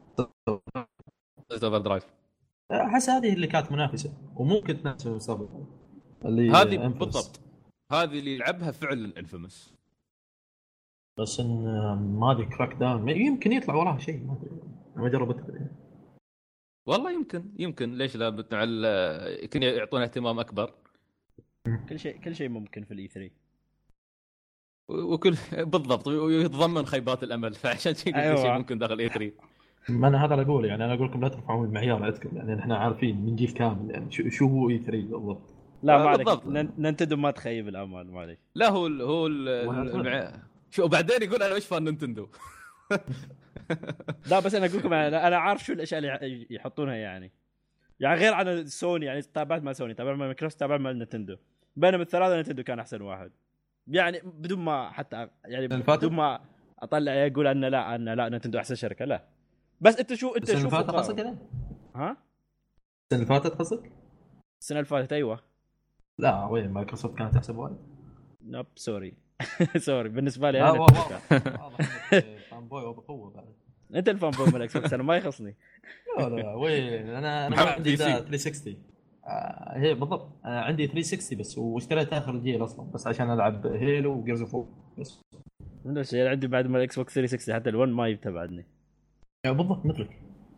اوفر درايف. احس هذه اللي كانت منافسه وممكن تنافس المستقبل اللي هذه بالضبط، هذه اللي يلعبها فعلا انفيمس. بس ان ما ادري كراك داون يمكن يطلع وراها شيء، ما ادري، ما جربتها يعني. والله يمكن ليش لا، يمكن يعطون اهتمام اكبر. كل شيء ممكن في الاي 3 وكل بالضبط، ويتضمن خيبات الامل، فعشان شيء كل شيء ممكن داخل اي 3. ما انا هذا اللي اقول يعني، انا اقول لكم لا ترفعون المعيار عندكم يعني، احنا عارفين من جيل كامل يعني شو هو اي 3 بالضبط. لا ما عليك، نينتندو ما تخيب الامال، ما عليك. لا هو شو بعدين يقول انا ايش فان نينتندو. لا بس انا اقول لكم انا عارف شو الاشياء اللي يحطونها يعني غير عن سوني، يعني تابعت مع سوني، تابعت مع مايكروسوفت، تابعت مع نينتندو. بينما الثلاثه نينتندو كان احسن واحد يعني، بدون ما حتى يعني بدون ما اطلع اقول ان لا نينتندو احسن شركه، لا. بس انت شوف السنه اللي فاتت قصدك يعني؟ ها السنه اللي فاتت قصدك؟ السنه اللي فاتت ايوه. لا وين مايكروسوفت كانت احسن وايد. نوب سوري. سوري بالنسبه لي انا واضح فان بوي وبقوه بعد. انت الفان بوي من الاكس بوكس، انا ما يخصني. لا وين انا عندي 360. هي بالضبط انا عندي 360 بس، واشتريت اخر الجيل اصلا بس عشان العب هيلو وجيرز اوف بس. من الشيء عندي بعد ما الاكس بوكس 360 حتى ال1 ما يتبعدني بالضبط مثلك.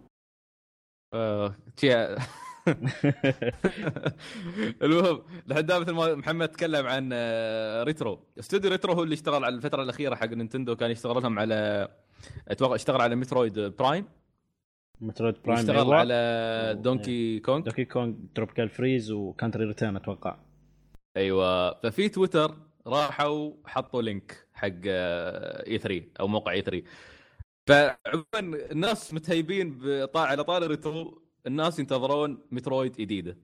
المهم لحد مثل ما محمد تكلم عن ريترو، استوديو ريترو هو اللي اشتغل على الفتره الاخيره حق نينتندو، كان يشتغل لهم على اتوقع اشتغل على مترويد برايم اشتغل على دونكي كونغ تروبيكال فريز وكانتري ريتيرن اتوقع. ايوه، ففي تويتر راحوا حطوا لينك حق اي 3 او موقع اي 3، فعموما الناس متهيبين على طار ريترو، الناس ينتظرون مترويد جديده.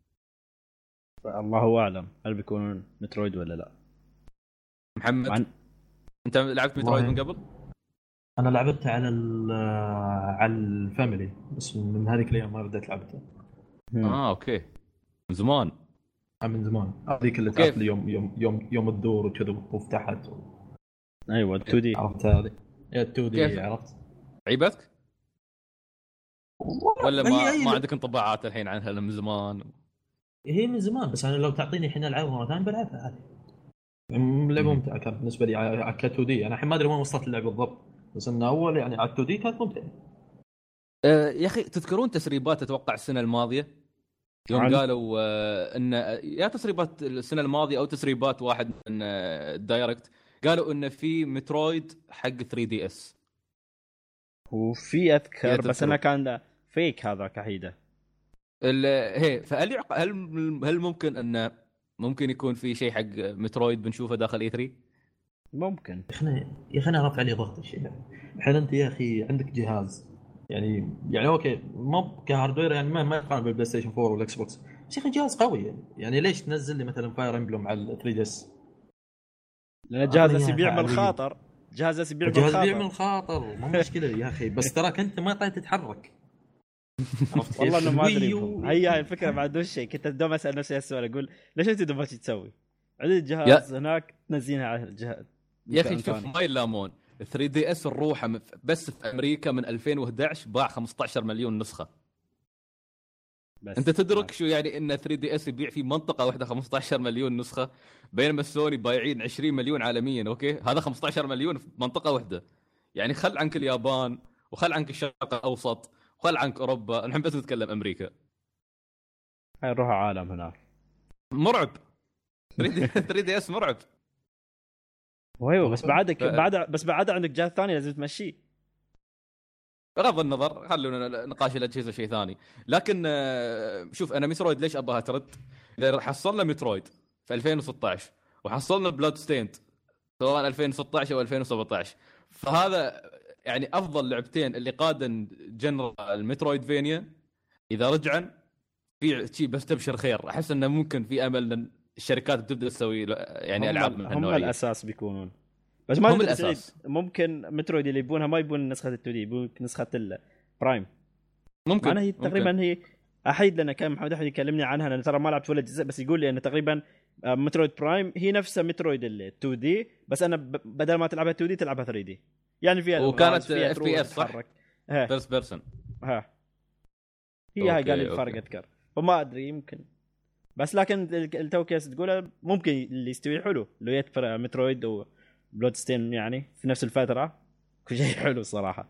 الله اعلم هل بيكون مترويد ولا لا. محمد انت لعبت مترويد من قبل؟ انا لعبتها على الفاميلي بس من هذيك الايام ما بديت لعبتها. اوكي من زمان. من زمان هذيك اللي تعرف لي يوم الدور وكذا وتطوف تحت ايوه 2 دي عرفت هذه. يا 2 دي عرفت. عيبتك ولا ما عندك انطباعات الحين عنها من زمان؟ هي من زمان بس انا لو تعطيني الحين العبها مره ثانيه بلعبها عادي. لعبه ممتعه كانت بالنسبه لي على 2 دي. انا الحين ما ادري وين وصلت اللعبه بالضبط بس انه اول يعني على 2 دي كانت ممتعه. يا اخي تذكرون تسريبات اتوقع السنه الماضيه يوم قالوا ان يا تسريبات السنه الماضيه او تسريبات واحد من الدايركت، قالوا ان في مترويد حق 3 دي اس. وفي اذكر بس تذكرون. انا كان فيك هذا كحيده. هي هل ممكن انه ممكن يكون في شيء حق مترويد بنشوفه داخل اي 3؟ ممكن. يا اخي انا رافع عليه ضغط الشيء. الحين انت يا اخي عندك جهاز يعني اوكي مو كهاردوير، يعني ما يقارن بالبلاي ستيشن 4 والاكس بوكس، بس يا اخي جهاز قوي. يعني ليش تنزل لي مثلا فاير امبلم على 3 دي اس؟ لان الجهاز هسه بيعمل خاطر، جهاز هسه بيعمل الجهاز خاطر. بيعمل خاطر مو مشكله يا اخي، بس تراك انت ما طايق تتحرك. عرفت والله كيف؟ انه ما ادري الويو- هي الفكره بعد وش شيء. كنت دوم اسال نفسي السؤال، اقول ليش انت دوم تسوي عندي الجهاز هناك تنزينها على الجهاز يا اخي شوف ما يلامون 3 دي اس الروحه بس في امريكا من 2011 باع 15 مليون نسخه. بس انت تدرك شو يعني ان 3 دي اس يبيع في منطقه واحده 15 مليون نسخه، بينما السوني بايعين 20 مليون عالميا. اوكي هذا 15 مليون في منطقه واحده. يعني خل عنك اليابان وخل عنك الشرق الاوسط وخل عنك اوروبا، نحن بس نتكلم امريكا. هاي نروح عالم هناك مرعب. 3 دي اس مرعب. ايوه بس بعد عندك جهاز ثاني لازم تمشيه. بغض النظر خلونا نقاش الاجهزه شيء ثاني. لكن شوف انا مترويد ليش ابغاها ترد؟ اذا حصلنا مترويد في 2016 وحصلنا بلاد ستيند سواء 2016 او 2017، فهذا يعني افضل لعبتين اللي قادن جنرال مترويد فينيا. اذا رجعن في شيء بس تبشر خير. احس انه ممكن في امل ان الشركات بتبدا تسوي يعني العاب من هالنوعيه. هم الاساس بيكونون، بس ما هم ادري سعيد الاساس. ممكن مترويد اللي يبونها ما يبون نسخه ال 2 دي، يبون نسخه البرايم. ممكن انا هي تقريبا هي احيد، لان كان محمد احمد يكلمني عنها، لان ترى ما لعبت ولا جزء، بس يقول لي ان تقريبا مترويد برايم هي نفسها مترويد ال 2 دي، بس انا بدل ما تلعبها 2 دي تلعبها 3 دي. يعني فيها وكانت اف بي اس صح؟ فيرست بيرسون. ها هي هاي قال لي الفرق اذكر، فما ادري يمكن. بس لكن التوكيس تقوله ممكن اللي يستوي حلو لو يتفرق مترويد وبلود ستين يعني في نفس الفتره، كل شيء حلو صراحه.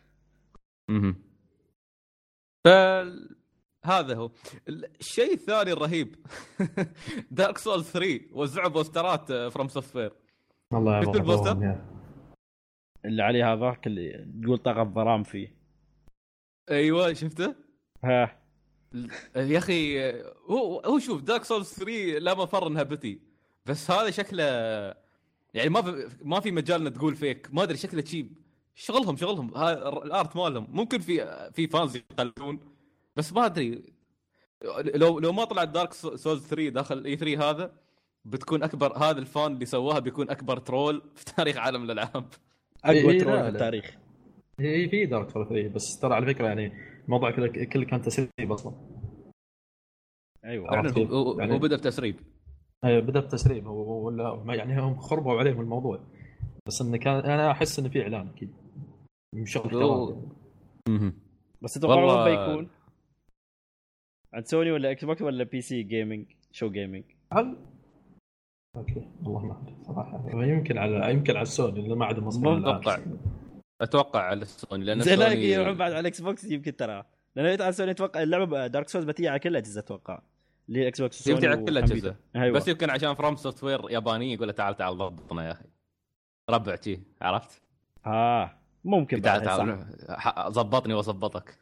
هذا هو الشيء الثاني الرهيب. دارك سول 3 وزعوا بوسترات فروم سوفتوير. والله شفت البوستر اللي عليه هذاك اللي تقول طاقه ضرام فيه؟ ايوه شفته. ها يا اخي هو شوف دارك سول 3 لا مفر انها بتي، بس هذا شكله يعني ما في مجال ان تقول فيك. ما ادري شكله تشيب. شغلهم هذا الارت مالهم. ممكن في فانز يقلدون، بس ما ادري لو ما طلع دارك سولز 3 داخل اي 3 هذا بتكون اكبر. هذا الفان اللي سواها بيكون اكبر ترول في تاريخ عالم الالعاب. اقوى ترول في التاريخ. هي في دارك سول 3 بس ترى على فكره يعني الموضوع كله كان تسريب اصلا. ايوه يعني هو بدا بتسريب. بدا بتسريب ولا يعني هم خربوا عليهم الموضوع، بس انه كان انا احس انه في اعلان اكيد مش شغل. بس تتوقع وين بيكون؟ عند سوني ولا اكس بوكس ولا بي سي جيمنج شو جيمنج؟ اوكي والله ما ادري صراحه. يمكن على السوني اللي ما عندهم مصنع. اتوقع على السوني لان السوني يروح بعد على الاكس بوكس يمكن ترى، لان على السوني اتوقع اللعبه دارك سولز بتيجي على كل الاجهزه اتوقع اللي اكس بوكس وسوني على كل الاجهزه. أيوة. بس يمكن عشان فروم سوفت وير ياباني يقول تعال ضبطنا يا اخي ربع شي عرفت. ممكن تعال ضبطني واظبطك.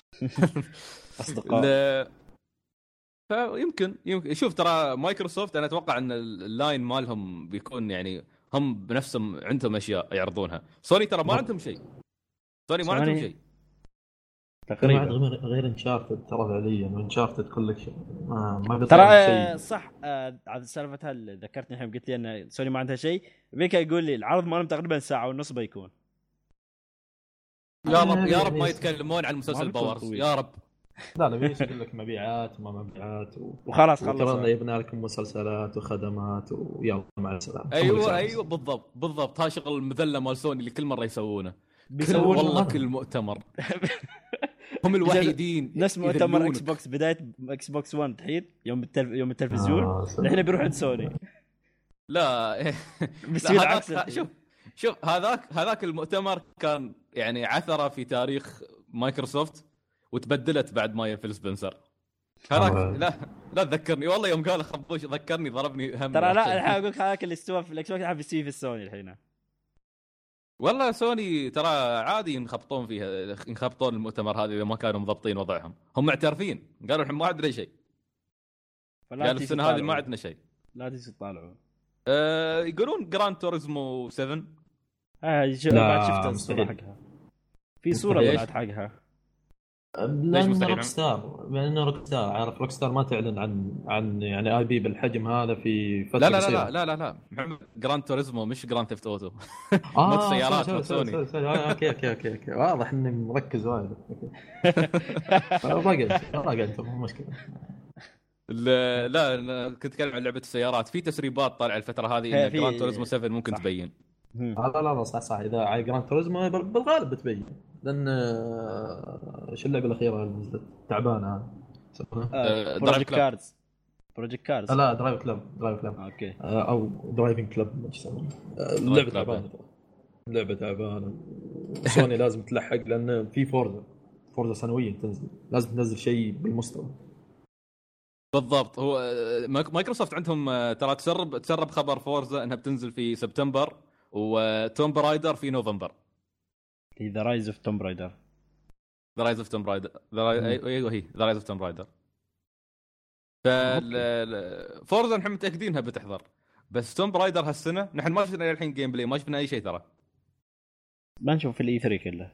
اصدقاء. فيمكن شوف ترى مايكروسوفت انا اتوقع ان اللاين مالهم بيكون يعني هم بنفسهم عندهم اشياء يعرضونها. سوني ترى ما عندهم شيء. سوني ما عندهم شيء تقريبا غير انشارتد ترى فعليا. وانشارتد كل شيء ما ترى شيء. صح عاد سالفتها ذكرتني الحين قلت لي ان سوني ما عندها شيء. بيكا يقول لي العرض مالهم تقريبا ساعه ونص بيكون. يا رب ما يتكلمون عن مسلسل باورز يا رب. لا بيجي يقول لك مبيعات وما مبيعات وخلاص ترى يبنى لكم مسلسلات وخدمات ويلا مع السلامه. ايوه بالضبط ها شغل المذله مال سوني اللي كل مره يسوونه والله كل مؤتمر. هم الوحيدين نفس مؤتمر اكس بوكس بدايه اكس بوكس 1 تحيد يوم التلفزيون احنا بنروح عند سوني. لا بيصير عكس. شوف هذاك المؤتمر كان يعني عثره في تاريخ مايكروسوفت وتبدلت بعد ما يفل سبنسر. هذاك لا تذكرني والله يوم قال خبوش ذكرني ضربني هم ترى لا الحين اقول لك هذاك اللي استوى في الاكس بوكس الحين بيستوي في السوني الحين. والله سوني ترى عادي ينخبطون فيها، ينخبطون المؤتمر هذا اذا ما كانوا مضبطين وضعهم. هم معترفين قالوا احنا ما عندنا شيء، قالوا السنه هذه ما عندنا شيء. لا تجي تطالعوا. يقولون جراند توريزمو 7. بعد شفت الصوره حقها، في صوره طلعت حقها. لأن روك ستار عارف روك ستار ما تعلن عن يعني اي بي بالحجم هذا في فتره لا لا لا لا محمد، جراند توريزمو مش جراند ثيفت اوتو. مو سيارات مو سوني. اوكي واضح اني مركز وايد. راقد انت مو مشكله. لا انا كنت اتكلم عن لعبه السيارات، في تسريبات طالعه الفتره هذه ان جراند توريزمو 7 ممكن صح. تبين لا صح اذا على جراند توريزمو بالغالب بتبين، لان شو اللعبه الاخيره اللي نزلت تعبانه بروجكت كارز لا درايف كلاب اوكي او درايفنج كلاب ما يسمونه. اللعبه تعبانه سوني لازم تلحق لان في فورزا سنويا تنزل، لازم تنزل شيء بالمستوى بالضبط. هو مايكروسوفت عندهم ترى تسرب خبر فورزا انها بتنزل في سبتمبر، وتوم برايدر في نوفمبر. ذا رايز اوف توم برايدر ايوه هي ذا رايز اوف توم برايدر. فورزا نحن متاكدين انها بتحضر، بس توم برايدر هالسنه نحن ما شفنا الحين جيم بلاي، ما شفنا اي شيء ترى، ما نشوف في الاي 3 كله.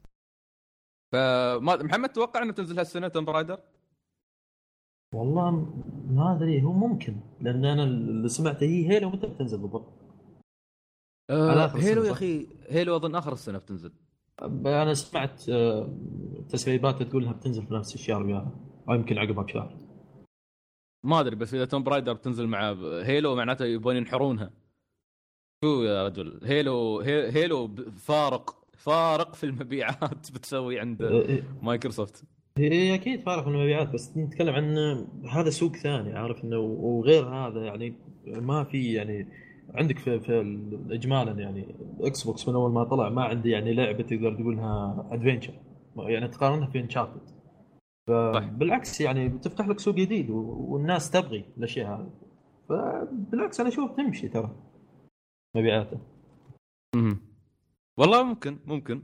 محمد توقع انه تنزل هالسنه توم برايدر؟ والله ما ادري، هو ممكن، لان انا اللي سمعته هي هيلو متى بتنزل بالضبط؟ هيلو يا اخي، هيلو اظن اخر السنه بتنزل. انا سمعت تسريبات تقول انها بتنزل في نفس الشهر وياها او يمكن عقبها بشهر، ما ادري. بس اذا توم برايدر بتنزل مع هيلو معناته يبون ينحرونها. شو يا رجل، هيلو فارق في المبيعات بتسوي عند مايكروسوفت. هي اكيد فارق في المبيعات، بس نتكلم عن هذا سوق ثاني عارف انه، وغير هذا يعني ما في يعني عندك في اجمالا يعني اكس بوكس من اول ما طلع ما عندي يعني لعبه تقدر تقولها ادفنتشر يعني تقارنها في انشارتد. فبالعكس يعني بتفتح لك سوق جديد والناس تبغي الاشياء هذه، فبالعكس انا اشوف تمشي ترى مبيعاته. والله ممكن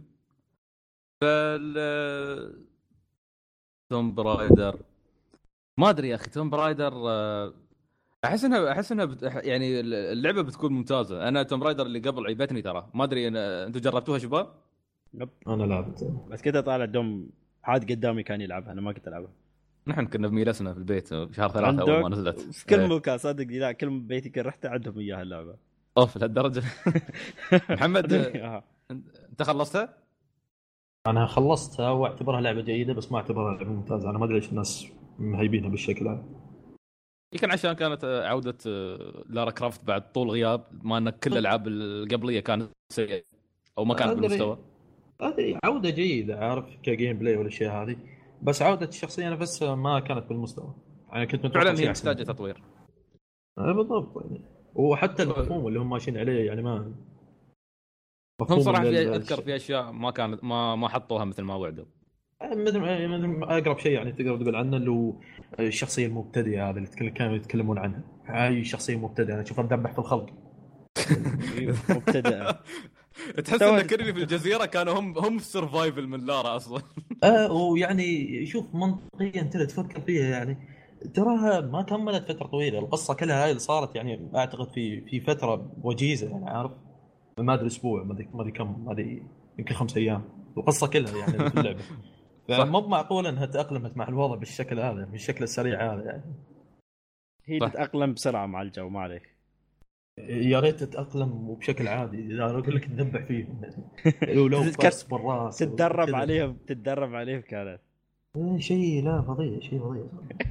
توم برايدر ما ادري يا اخي. توم برايدر احس انها يعني اللعبه بتكون ممتازه. انا توم برايدر اللي قبل عيبتني ترى، ما ادري انتم جربتوها شباب؟ انا لعبت بس كذا طالع دوم حاد قدامي كان يلعبها، انا ما كنت العبها. نحن كنا بميلسنا في البيت شهر 3 اول ما نزلت في كل مكان صدق. لا كل بيتي كان رحت عندهم اياها اللعبه. اوف لهالدرجه. محمد انت خلصتها؟ انا خلصتها واعتبرها لعبه جيده، بس ما اعتبرها لعبه ممتازه. انا ما ادري ليش الناس مهيبينها بالشكل هذا. يمكن عشان كانت عوده لارا كرافت بعد طول غياب، ما ان كل الالعاب القبليه كانت سيئه او ما كانت بالمستوى. هذه عوده جيده عارف كجيم بلاي والاشياء هذه، بس عوده الشخصيه نفسها ما كانت بالمستوى. انا كنت متوقع فعلا هي محتاجه تطوير. بالضبط يعني. وحتى المفهوم اللي هم ماشيين عليه يعني ما هم صراحه اذكر في اشياء ما كانت ما حطوها مثل ما وعدوا. مثل اقرب شيء يعني تقدر تقول عنه اللي هو الشخصيه المبتدئه هذه اللي كانوا يتكلمون عنها. هاي شخصيه مبتدئه انا اشوفها تذبح في الخلق. مبتدئه. تحس ان كل في الجزيره كانوا هم السرفايفل من لارا اصلا. ويعني شوف منطقيا انت تفكر فيها يعني تراها ما كملت فتره طويله. القصه كلها هاي اللي صارت يعني اعتقد في فتره وجيزه يعني عارف، ما ادري اسبوع ما ادري كم، ما ادري يمكن 5 ايام القصه كلها يعني في اللعبه. فمو معقول انها تاقلمت مع الوضع بالشكل هذا، بالشكل السريع هذا يعني. هي تتاقلم بسرعه مع الجو ما عليك. يا ريت تتاقلم وبشكل عادي. اذا اقول لك تذبح فيهم لو فرس بالراس تتدرب عليهم كانت شيء لا فظيع، شيء فظيع.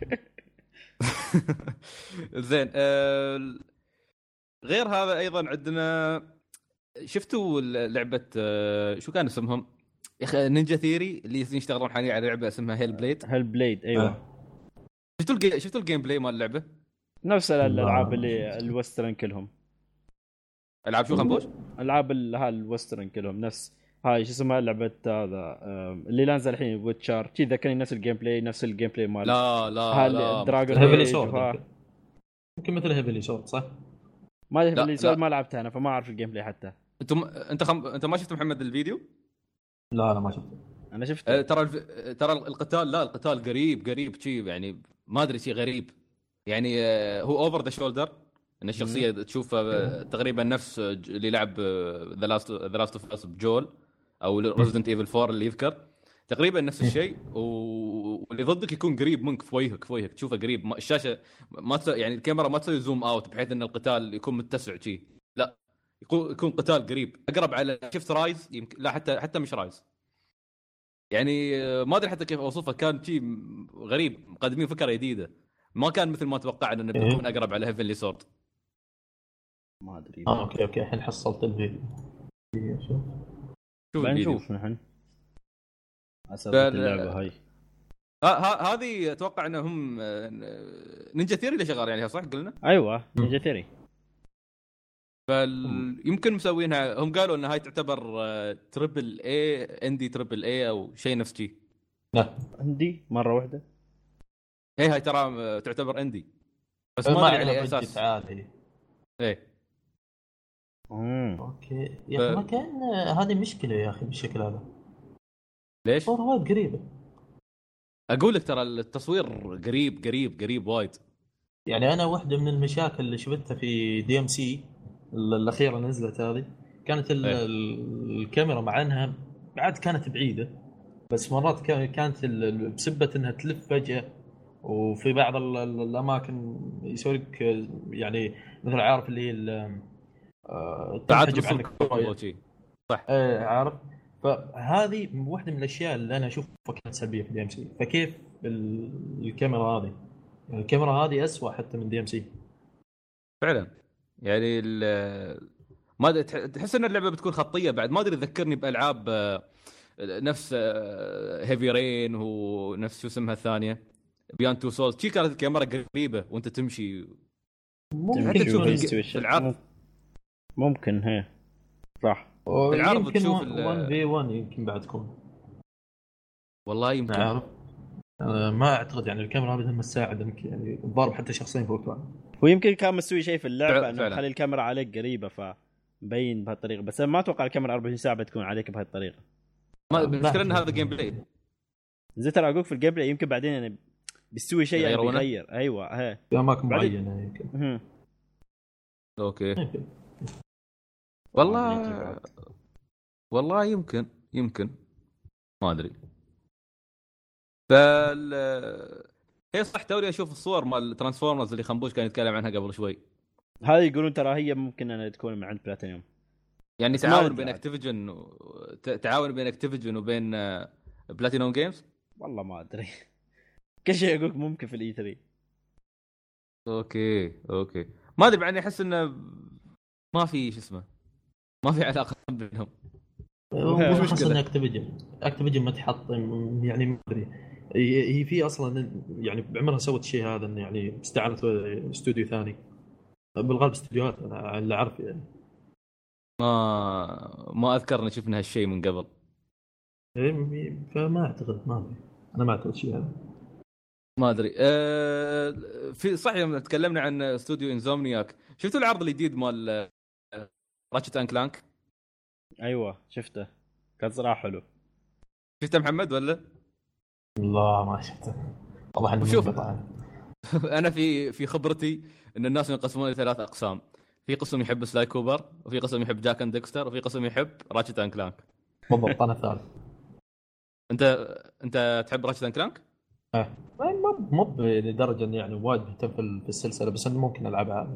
زين غير هذا ايضا عندنا شفتوا لعبه شو كان اسمهم يا اخي، نينجا ثيري اللي يشتغلون حاليا على لعبه اسمها هيل بليد. ايوه شفتوا الجيم بلاي مال اللعبه؟ نفس الالعاب اللي الوسترن كلهم. العاب شو خنبوش؟ العاب الوسترن كلهم نفس هاي شو اسمها لعبه هذا اللي نازل الحين ويتشر كذا، ذكرني نفس الجيم بلاي مال لا دراجون هيفلي ايج سورد يمكن مثل هيفلي سورد صح؟ ما لا اللي سوى ما لعبتها انا فما اعرف الجيم بلاي حتى. انت ما شفت محمد الفيديو؟ لا ما شفته. انا شفته. ترى القتال، لا القتال قريب شيء يعني ما ادري شيء غريب يعني. هو اوفر ذا شولدر، ان الشخصيه تشوف تقريبا نفس اللي لعب ذا لاست اوف اس بجول او ريزدنت ايفل 4 اللي يذكر، تقريبا نفس الشيء. واللي ضدك يكون قريب منك في وجهك تشوفه قريب. الشاشه يعني الكاميرا ما تسوي زوم اوت بحيث ان القتال يكون متسع شيء، لا يكون قتال قريب اقرب على شفت رايز يمكن، لا حتى مش رايز يعني. ما ادري حتى كيف اوصفه، كان شيء غريب، مقدمين فكره جديده، ما كان مثل ما توقعنا انه بيكون اقرب على هيفنلي سورد. ما ادري. اوكي الحين حصلت الفيديو. شوف الفيديو نشوف نحن اللعبه هاي. هذه اتوقع انهم نينجا ثيري اللي شغال عليها صح قلنا؟ ايوه نينجا ثيري. يمكن مسوينها، هم قالوا ان هاي تعتبر تريبل اي اندي تريبل اي او شيء نفس شيء. لا اندي مره واحده. هاي ترى تعتبر اندي بس ما ادري على اساس عالي. ايه اوكي يا اخي ما كان هذه مشكله يا اخي بالشكل هذا. ليش؟ صار وايد قريبه. اقول لك ترى التصوير قريب وايد. يعني انا واحده من المشاكل اللي شفتها في دي ام سي الاخيره نزلت هذه كانت الكاميرا مع انها بعد كانت بعيده، بس مرات كانت بسبه انها تلف فجاه، وفي بعض الاماكن يسوي لك يعني مثل عارف اللي هي تعجب عنك شيء صح. عارف. فهذه واحده من الاشياء اللي انا اشوفها كانت سلبيه في دي ام سي. فكيف الكاميرا هذه، يعني الكاميرا هذه أسوأ حتى من دي ام سي فعلا. يعني ما تحس ان اللعبه بتكون خطيه بعد، ما ادري ذكرني بالعاب نفس هيفي رين ونفس شو اسمها الثانيه بيان تو سولز، شي كانت الكاميرا قريبه وانت تمشي ممكن تشوف في العرض ممكن هي صح. العرض تشوف 1 في 1 يمكن بعد تكون والله يمكن عارف. ما اعتقد يعني الكاميرا هذه مساعد انك يعني تضارب حتى شخصين فوق بعض. ويمكن كان مسوي شيء في اللعبه انه خلي الكاميرا عليك قريبه فمبين بهالطريقه، بس ما اتوقع الكاميرا 24 ساعه بتكون عليك بهالطريقه. ما المشكله ان هذا جيم بلاي زي ترى اقول في الجيم بلاي يمكن بعدين يعني بيسوي شيء يعني بيغير. ايوه هي في اماكن معينه يمكن. اوكي والله يمكن ما ادري. هي صح توري اشوف الصور مال ترانسفورمرز اللي خنبوش كان يتكلم عنها قبل شوي. هذه يقولون ترى هي ممكن انها تكون من عند بلاتينيوم، يعني تعاون بين اكتيفيجن وبين بلاتينوم جيمز. والله ما ادري كل شيء اقولك ممكن في الاي 3. اوكي ما ادري، يعني احس انه ما في شو اسمه، ما في علاقه بينهم. مش مشكله اكتيفيجن ما تحط يعني ما ادري. هي في اصلا يعني بعمرها سوت الشيء هذا انه يعني استعارت استوديو ثاني بالغالب استديوهات انا اللي اعرف يعني. ما اذكر اني شفنا هالشيء من قبل. فما اعتقد، ما ادري انا ما اعتقد شيء هذا. ما ادري. في صح يوم تكلمنا عن استوديو انزومنياك، شفتوا العرض الجديد مال راتشت اند كلانك؟ ايوه شفته كان صراحه حلو. شفته محمد ولا لا ما شفته طبعا. وشوف انا في خبرتي ان الناس ينقسمون الى 3 اقسام. في قسم يحب سلاي كوبر، وفي قسم يحب جاك اند ديكستر، وفي قسم يحب راتشت اند كلانك. بالضبط انا الثالث. انت تحب راتشت اند كلانك؟ مو لدرجه اني يعني وايد مهتم في السلسله، بس انا ممكن العبها.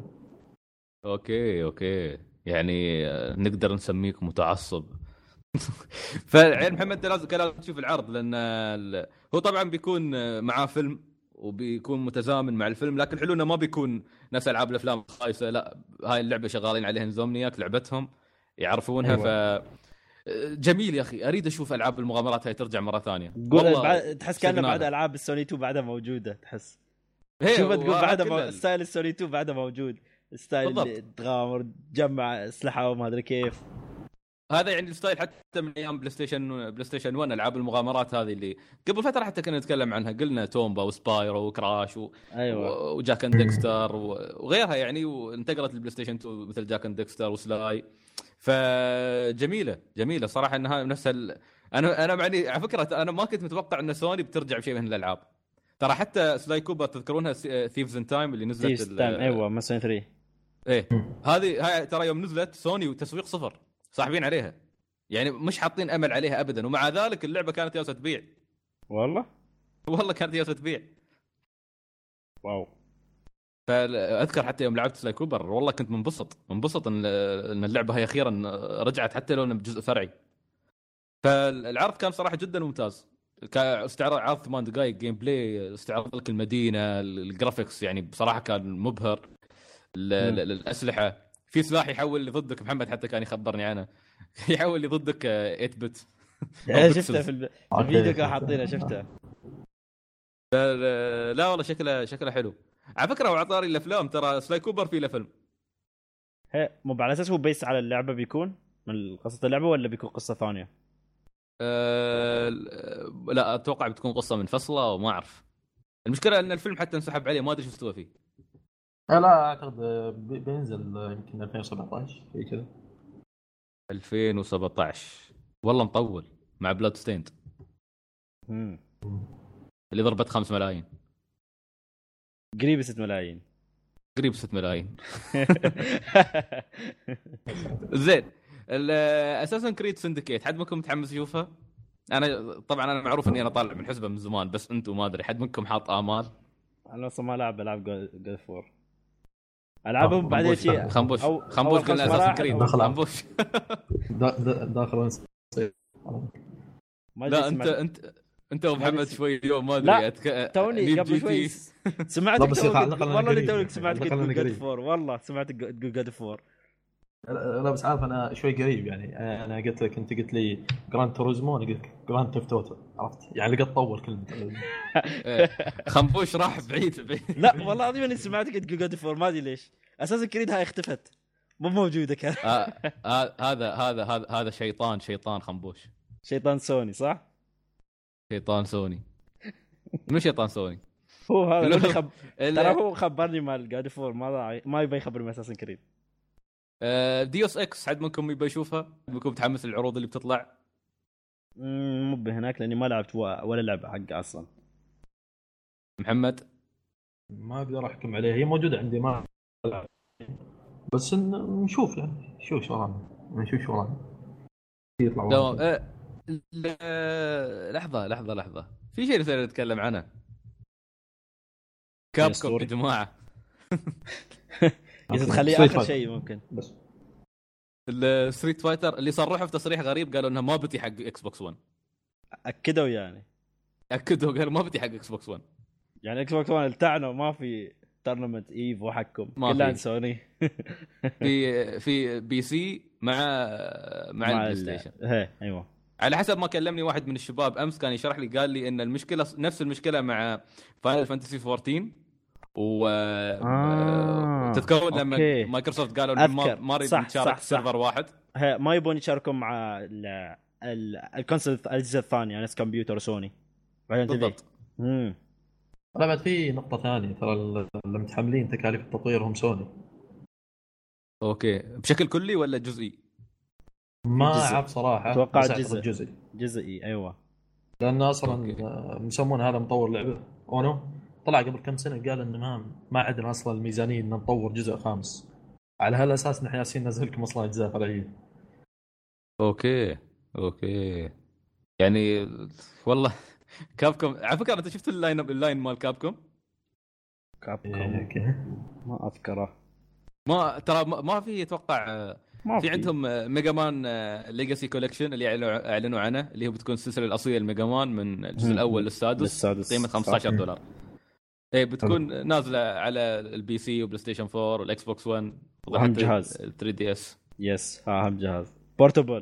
اوكي يعني نقدر نسميك متعصب. فعيل محمد انت لازم تشوف العرض، لان هو طبعا بيكون معاه فيلم وبيكون متزامن مع الفيلم، لكن حلو انه ما بيكون نفس العاب الافلام الخايسه، لا هاي اللعبه شغالين عليها انزومنياك لعبتهم يعرفونها. أيوة. جميل يا اخي، اريد اشوف العاب المغامرات هاي ترجع مره ثانيه. تحس كانه بعد العاب السوني 2 بعدها موجوده، تحس شوف تقول بعدها ستايل السوني 2 بعدها موجود، ستايل تغامر تجمع اسلحه وما ادري كيف. هذا يعني الستايل حتى من ايام بلاي ستيشن 1، العاب المغامرات هذه اللي قبل فتره حتى كنا نتكلم عنها، قلنا تومبا وسبايرو وكراش ايوه وجاك اند ديكستر وغيرها يعني، وانتقلت البلاي ستيشن 2 مثل جاك اند ديكستر وسلاي. فجميله جميله صراحه انها نفس انا معني على فكره، انا ما كنت متوقع ان سوني بترجع بشيء من الالعاب. ترى حتى سلاي كوبر تذكرونها ثيفز ان تايم اللي نزلت ايوه مثلا 3. ايه هذه ترى يوم نزلت سوني وتسويق صفر، صاحبين عليها يعني، مش حاطين امل عليها ابدا، ومع ذلك اللعبه كانت جالسه تبيع. والله كانت جالسه تبيع. واو. فاذكر حتى يوم لعبت سلاي كوبر والله كنت منبسط ان اللعبه هي اخيرا رجعت حتى لو بجزء فرعي. فالعرض كان صراحه جدا ممتاز، استعراض عرض 8 دقائق جيم بلاي، استعراض لك المدينه، الجرافيكس يعني بصراحه كان مبهر. الاسلحه، في سلاح يحول اللي ضدك، محمد حتى كان يخبرني عنه يحول اللي ضدك 8 بت. شفتها في الفيديو كانوا حاطينها، شفتها. لا والله شكله حلو على فكره. وعطاري الافلام، ترى سلاي كوبر في له فيلم. مو على اساس هو بيس على اللعبه، بيكون من قصه اللعبه ولا بيكون قصه ثانيه؟ لا اتوقع بتكون قصه منفصله وما اعرف. المشكله ان الفيلم حتى انسحب عليه، ما ادري شو استوى فيه. لا اعتقد بينزل يمكن 2017 في كذا. 2017 والله مطول، مع بلاد ستيند اللي ضربت 5 ملايين، قريب 6 ملايين. قريب 6 ملايين. زين، اساسا كريد سندكيت حد منكم متحمس يشوفها؟ انا طبعا انا معروف اني انا طالع من حسبه من زمان، بس انتم ما ادري حد منكم حاط امال؟ انا اصلا ما لعب العاب جود فور، العابهم بعدين شيء خنبوش قلنا اساسا كريد خنبوش. داخل وين؟ لا انت ومحمد شوي اليوم ما ادري توني قبل شوي سمعت والله توني سمعت جود فور، والله سمعت جود فور. لا بس عارف انا شوي قريب يعني، انا قلت لك انت قلت لي جراند توريزمو، انا قلت لك جراند تيفت اوتو، عرفت يعني لقيت تطور كلمه. خنبوش راح بعيد. لا والله العظيم اني سمعت قلت جود فور، ما ادري ليش اساسا كريد هاي اختفت، مو موجوده كان. هذا شيطان خنبوش، شيطان سوني صح؟ شيطان سوني. مو شيطان سوني هو هذا ترى هو خبرني مال جود فور، ما يبي يخبرني اساسا كريد. ديوس اكس حد منكم يبي يشوفها؟ حد منكم متحمس العروض اللي بتطلع؟ مو بهناك لاني ما لعبت ولا لعبه حق اصلا. محمد ما اقدر احكم عليها، هي موجوده عندي ما ألعب. بس نشوف يعني شو ورانا، نشوف شو ورانا يطلع. لحظه في شيء نسينا نتكلم عنه. كابكوم يا جماعه. إذا تخليه آخر شيء ممكن. بس الستريت فايتر اللي صرحوا في تصريح غريب، قالوا انها ما بتي حق اكس بوكس 1. اكدوا يعني قالوا ما بتي حق اكس بوكس 1. يعني اكس بوكس 1 التعنوا ما في تورنمنت ايفو حقكم كلها سوني. في بي سي مع البلاي ستيشن. ايوه على حسب ما كلمني واحد من الشباب امس، كان يشرح لي قال لي ان المشكله نفس المشكله مع فاينل فانتسي 14 تذكرون لما مايكروسوفت قالوا انه ما نريد نشارك سيرفر واحد، ما يبون يشاركون مع الكونسول الاجهزه الثانيه نفس كمبيوتر سوني. بالضبط. لا بعد في نقطه ثانيه، ترى اللي متحملين تكاليف التطوير هم سوني. اوكي، بشكل كلي ولا جزئي؟ ما اعرف صراحه، اتوقع جزئي ايوه، لانه اصلا مسمون هذا مطور لعبه اونو طلع قبل كم سنه قال ان ما عندنا اصلا الميزانيه ان نطور جزء خامس، على هالاساس نحن ياسين ننزل لكم اصلا اجزاء فرعيه. اوكي يعني والله كابكوم على فكره، انت شفت اللاين مال كابكوم؟ ما اذكره، ما ترى ما في اتوقع في عندهم ميجا مان ليجاسي كولكشن اللي اعلنوا عنه، اللي هو بتكون السلسله الاصليه الميجا مان من الجزء الاول للسادس قيمه $15. ايه بتكون نازله على البي سي وبلاي ستيشن 4 والاكس بوكس 1 وهم جهاز 3 دي اس. يس هم جهاز بورتبل.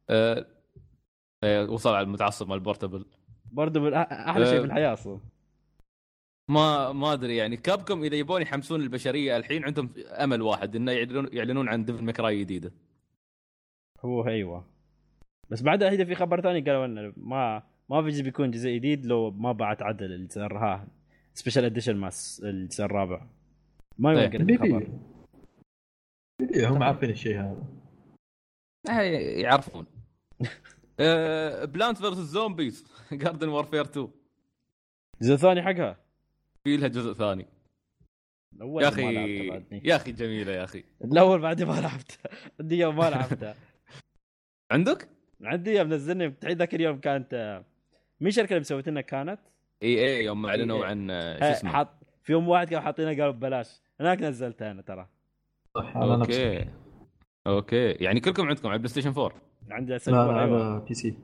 وصل على المتعصب مال البورتبل. احلى شيء في الحياه اصلا. ما ادري يعني كابكوم اذا يبون يحمسون البشريه الحين عندهم امل واحد، انه يعلنون عن ديفل ماكراي جديده. هو ايوه بس بعدها هيدا في خبر ثاني قالوا انه ما في جزء بيكون جزء جديد لو ما بعد عدل الجزء الرها سبيشال اديشن ماس الجزء الرابع ما إيه. يوقع الخبر. هم عارفين الشيء هذا. يعرفون. بلانت فيرسس زومبيز جاردن وارفير 2 الجزء الثاني حقها في لها جزء ثاني الاول يا ما اخي. لعبته بعدني. يا اخي جميله يا اخي. الاول بعدي ما لعبته عندي يوم ما لعبته عندك عندي يوم نزلني بتعيد ذاك اليوم كانت مين الشركه اللي مسويت لنا كانت اي يوم اعلنوا عن شو اسمه حاط في يوم واحد كانوا حاطينه قالوا ببلاش هناك نزلتها انا ترى. صح على اوكي اوكي يعني كلكم عندكم على بلاي ستيشن 4؟ عندي لا اسلوب على بي سي.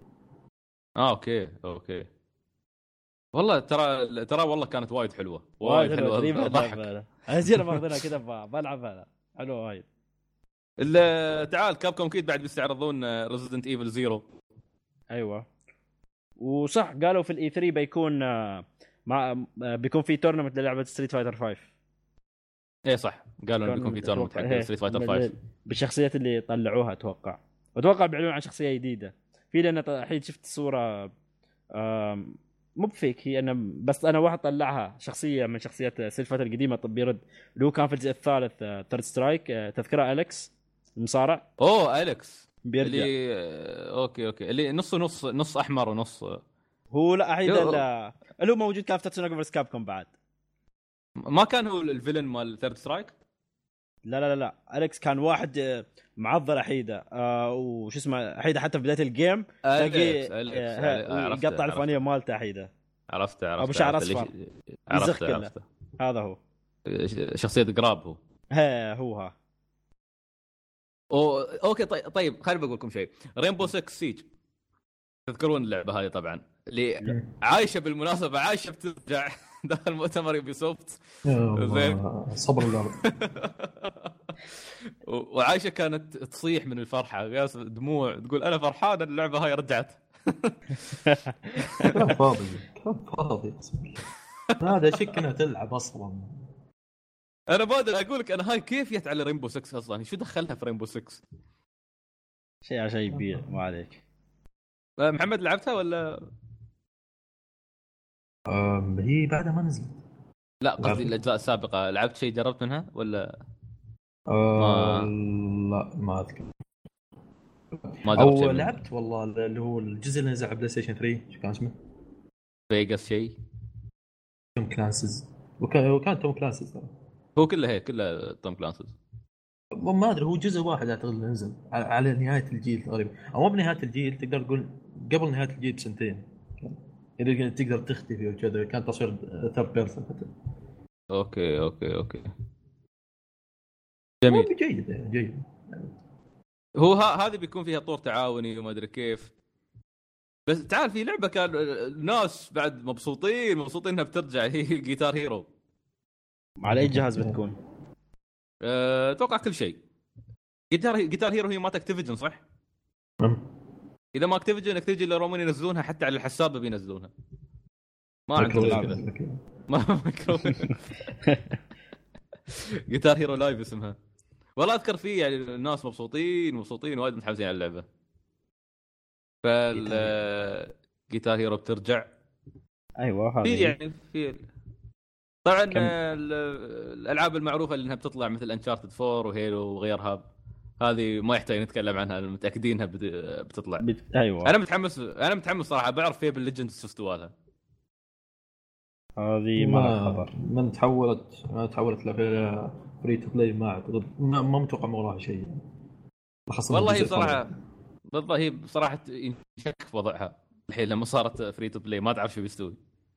اوكي والله ترى والله كانت وايد حلوه وايد حلوه ضحك اجي ماخذينها كذا بلعبها حلوه وايد. تعال كابكوم كيد بعد بيستعرضون ريزيدنت ايفل 0. ايوه وصح قالوا في الاي 3 بيكون بيكون في تورنمنت للعبه ستريت فايتر 5. ايه صح قالوا انه بيكون في تورنمنت حق ستريت فايتر 5 بالشخصيات اللي طلعوها. اتوقع بيعلنون عن شخصيه جديده في لان الحين شفت صوره مو بفيك هي انا بس انا واحد طلعها شخصيه من شخصيات ستريت فايتر القديمه بيرد اللي هو كان في الجزء الثالث ثيرد سترايك تذكره اليكس المصارع. اليكس بيرجع اللي اوكي اللي نص احمر ونص هو لا احيد اللي هو موجود كان في تاتسونوكو فيرس كابكوم بعد. ما كان هو الفيلن مال ثيرد سترايك؟ لا اليكس كان واحد معضل احيده وش اسمه احيده حتى في بدايه الجيم تلاقي يقطع الفانيه مالته احيده. عرفت ابو شعر اصفر عرفت هذا هو شخصيه قراب هو اوكي طيب خليني بقول لكم شيء. رينبو 6 سيج تذكرون اللعبه هذه طبعا اللي عايشه بالمناسبه عايشه بترجع داخل مؤتمر يوبي سوفت زين صبر الارض وعايشه كانت تصيح من الفرحه قاس دموع تقول انا فرحانه اللعبه هاي رجعت. كلام فاضي هذا شكنا تلعب اصلا. انا بادر اقول لك انا هاي كيف جت على رينبو 6 اصلا شو دخلها في رينبو 6 شيء يبيع ما عليك. محمد لعبتها ولا هي بعدها ما نزلت؟ لا قصدي الاجزاء السابقه لعبت شيء جربت منها ولا لا ما اذكر او لعبت والله اللي هو الجزء اللي نزل على بلاي ستيشن 3 شو كان اسمه فيغاس شيء توم كلانسز وكان توم كلانسز هو كله توم كلانسز ما ادري هو جزء واحد اعتقد نزل على نهايه الجيل تقريبا او مو بنهايه الجيل تقدر تقول قبل نهايه الجيل بسنتين اذا تقدر تختفي وكذا كان تصوير ثيرد بيرسون حتى. اوكي جميل جيد هو هذه بيكون فيها طور تعاوني وما ادري كيف. بس تعال في لعبه كان الناس بعد مبسوطين انها بترجع هي الجيتار هيرو. على اي جهاز بتكون؟ اتوقع كل شيء. جيتار هيرو هي ما اكتيفيجن صح؟ اذا ما اكتيفيجن اللي رومون ينزلونها حتى على الحساب بينزلونها ما عندهم مشكله. ما جيتار هيرو لايف اسمها. والله اذكر فيه يعني الناس مبسوطين وايد متحمسين على اللعبه. جيتار هيرو بترجع. ايوه هذه يعني في طبعا الالعاب المعروفه اللي انها بتطلع مثل انشارتد 4 وهيلو وغيرها هذه ما يحتاج نتكلم عنها متاكدينها بتطلع. ايوه انا متحمس صراحه بعرف فيبل ليجندز شفتوها هذه ما خبر من تحولت فري تو بلاي ما اعتقد ما متوقع وراها شيء والله هي صراحه بالضبط هي بصراحه ينشك في وضعها الحين لما صارت فري تو بلاي ما تعرف شو بيستوي.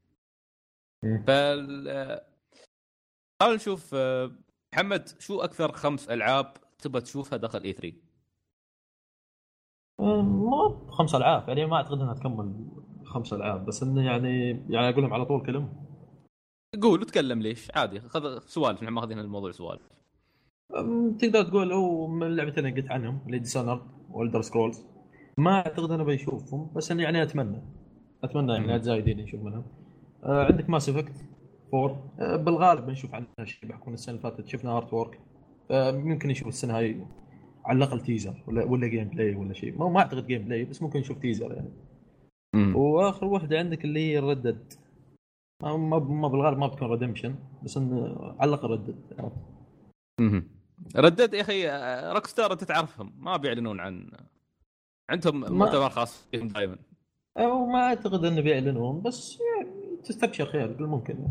تعال نشوف محمد شو اكثر 5 العاب تبغى تشوفها داخل اي 3؟ ما 5 العاب يعني ما اعتقد انها تكمل 5 العاب بس انه يعني اقول لهم على طول كلام قول وتكلم ليش عادي خذ سوالف نحن ماخذين الموضوع سوالف. تقدر تقول هو من اللعبتين اللي قلت عنهم اللي ديسونرد والدر سكرولز ما اعتقد انا بيشوفهم بس أنا يعني اتمنى يعني اجزاء جديده نشوف منهم. عندك ماس افكت 4 بالغالب بنشوف عنها شيء بحكون السنه اللي فاتت شفنا ارت وورك ممكن نشوف السنه هاي على الاقل تيزر ولا جيم بلاي ولا شيء. ما اعتقد جيم بلاي، بس ممكن نشوف تيزر يعني. واخر واحده عندك اللي هي ردد، ما بالغالب ما بتكون ريدمشن، بس انه على الاقل ردد. ردد يا اخي روك ستار انت تعرفهم ما بيعلنون عن عندهم مؤتمر خاص فيهم دائما، او ما اعتقد انه بيعلنون، بس يعني تستبشر خير بالممكن.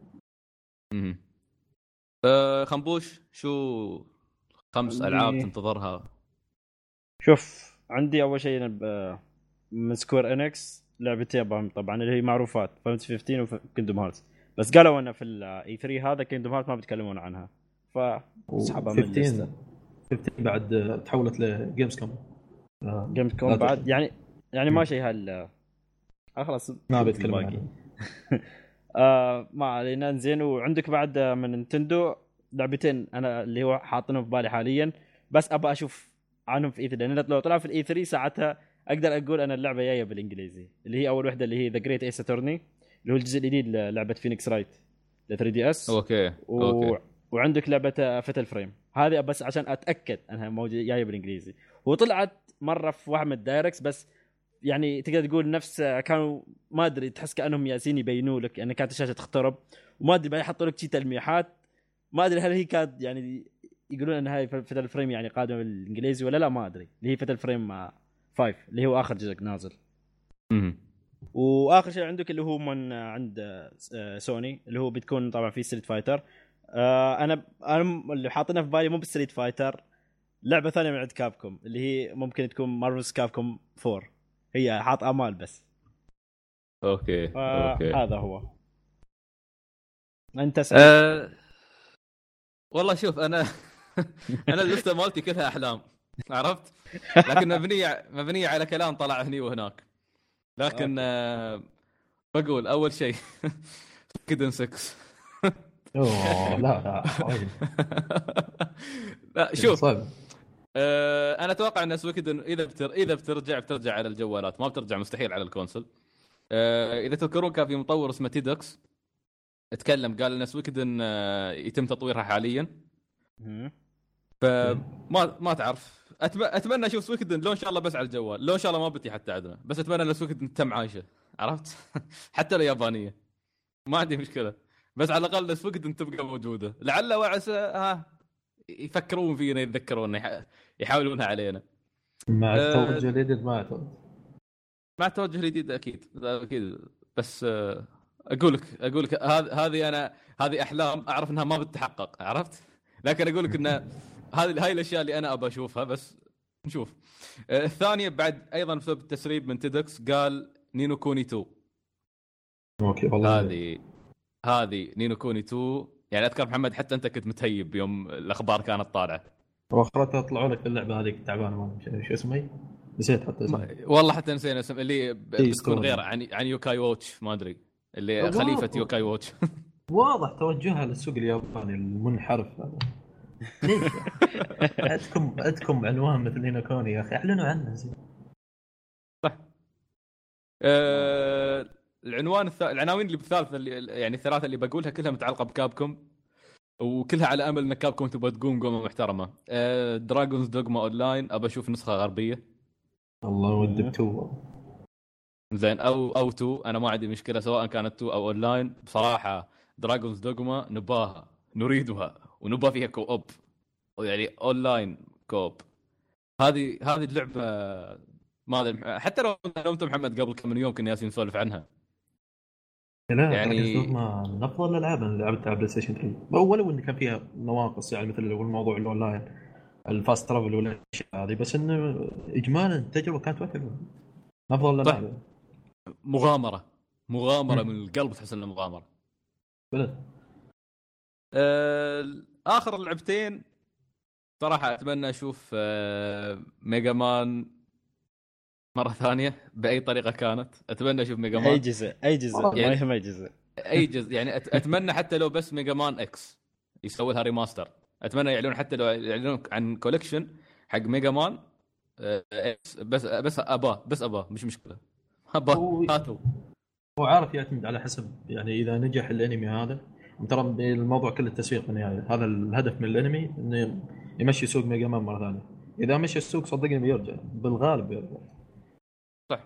خنبوش شو 5 ألعاب تنتظرها؟ شوف عندي اول شيء من سكوير انكس لعبتين طبعا اللي هي معروفات فانتسي 15 وكيندوم هارتس، بس قالوا انه في الاي 3 هذا كيندوم هارت ما بيتكلمون عنها، فاسحبها من الليسته. 15 بعد تحولت لجيمز كوم. جيمز كوم بعد يعني ما شيء خلاص ما بيتكلم عنه. ما علينا. زين، وعندك بعد من نينتندو لعبتين انا اللي هو حاطينهم في بالي حاليا، بس ابى اشوف عنهم في اي 3، لان لو طلع في الاي 3 ساعتها اقدر اقول انا اللعبه جايه بالانجليزي. اللي هي اول وحده اللي هي ذا جريت ايس اتورني، اللي هو الجزء الجديد للعبه فينيكس رايت ل 3 دي اس. اوكي وعندك لعبه فتل فريم، هذه بس عشان اتاكد انها موجوده جايه بالانجليزي. وطلعت مره في واحد من الدايركس، بس يعني تقدر تقول نفس كانوا ما ادري، تحس كانهم ياسين يبينوا لك يعني كانت الشاشه تخترب، وما ادري يحطوا لك شيء تلميحات. ما ادري هل هي كانت يعني يقولون ان هاي فتل فريم يعني قادمه بالانجليزي ولا لا، ما ادري. اللي هي فتل فريم 5 اللي هو اخر جزء نازل. واخر شيء عندك اللي هو من عند سوني اللي هو بتكون طبعا في ستريت فايتر. انا اللي حاطينها في بالي مو بالستريت فايتر، لعبه ثانيه من عند كابكوم اللي هي ممكن تكون مارفلز كابكوم 4، هي حاط امال بس. اوكي هذا هو. انت والله شوف انا انا اللسته مالتي كلها احلام، عرفت، لكن مبنيه على كلام طلع هني وهناك. لكن بقول اول شيء كيدن 6. اوه لا لا شوف انا اتوقع ان سويكدن اذا بترجع على الجوالات، ما بترجع مستحيل على الكونسول. اذا تذكرون كان في مطور اسمه تيدوكس اتكلم قال ان سويكدن يتم تطويرها حاليا. فما تعرف، اتمنى اشوف سويكدن لو ان شاء الله بس على الجوال، لو ان شاء الله ما بتي حتى عندنا، بس اتمنى ان سويكدن تم عايشه، عرفت. حتى اليابانيه ما عندي مشكله، بس على الاقل سويكدن تبقى موجوده، لعل وعسى يفكرون فينا، يتذكرون، يحاولونها علينا مع التوجه الجديد. مع التوجه الجديد اكيد بس اقول لك هذه احلام اعرف انها ما بتتحقق، عرفت، لكن اقول لك ان هاي الاشياء اللي انا ابى اشوفها، بس نشوف. الثانيه بعد ايضا بسبب التسريب من تيدكس قال نينو كوني 2. اوكي والله هذه نينو كوني 2 يعني اذكر محمد حتى انت كنت متهيب يوم الاخبار كانت طالعه، واخرتها طلعوا لك اللعبه هذيك تعبانه، ما شو اسمه، نسيت حتى اسمه والله، حتى نسينا اسم اللي بتكون غير عن يوكاي ووتش، ما ادري اللي خليفه يوكاي ووتش. واضح توجهها للسوق الياباني المنحرف هذا. ليش عندكم عنوان مثل نينو كوني يا اخي، اعلنوا عنه زين. صح. العناوين اللي بالثالثه يعني الثلاثه اللي بقولها كلها متعلقه بكابكوم، وكلها على امل ان كابكوم تبغى تقوم قومه محترمه. دراجونز دوغما اونلاين ابى اشوف نسخه غربيه، الله ودي بتو زين، او 2 انا ما عندي مشكله سواء كانت 2 او اونلاين. بصراحه دراجونز دوغما نباها، نريدها، ونبا فيها كوب، يعني اونلاين كوب. هذه اللعبه ما ادري، حتى لو انت محمد قبل كم من يوم كنا ياسين نسولف عنها. لا يعني من افضل الالعاب اللي لعبتها على بلاي ستيشن 3، ولو ان كان فيها نواقص يعني مثل الموضوع الاونلاين، الفاست ترافل والاشياء هذه، بس انه اجمالا التجربه كانت حلوه. افضل الالعاب. مغامره من القلب، تحس انها مغامره بلد. اخر لعبتين صراحه اتمنى اشوف ميجا مان مره ثانيه باي طريقه كانت. اتمنى اشوف ميجا مان اي جزء ما يهم اي جزء يعني اتمنى حتى لو بس ميجا مان اكس يسوي لها ريماستر. اتمنى يعلنون، حتى لو يعلنون عن كولكشن حق ميجا مان اكس، بس اباه مش مشكله، هاتوا. هو عارف يعتمد على حسب يعني اذا نجح الانمي هذا، ترى الموضوع كله التسويق من يعني هذا الهدف من الانمي، انه يمشي سوق ميجا مان مره ثانيه. اذا مشى السوق صدقني بيرجع بالغالب بيرجع. صح.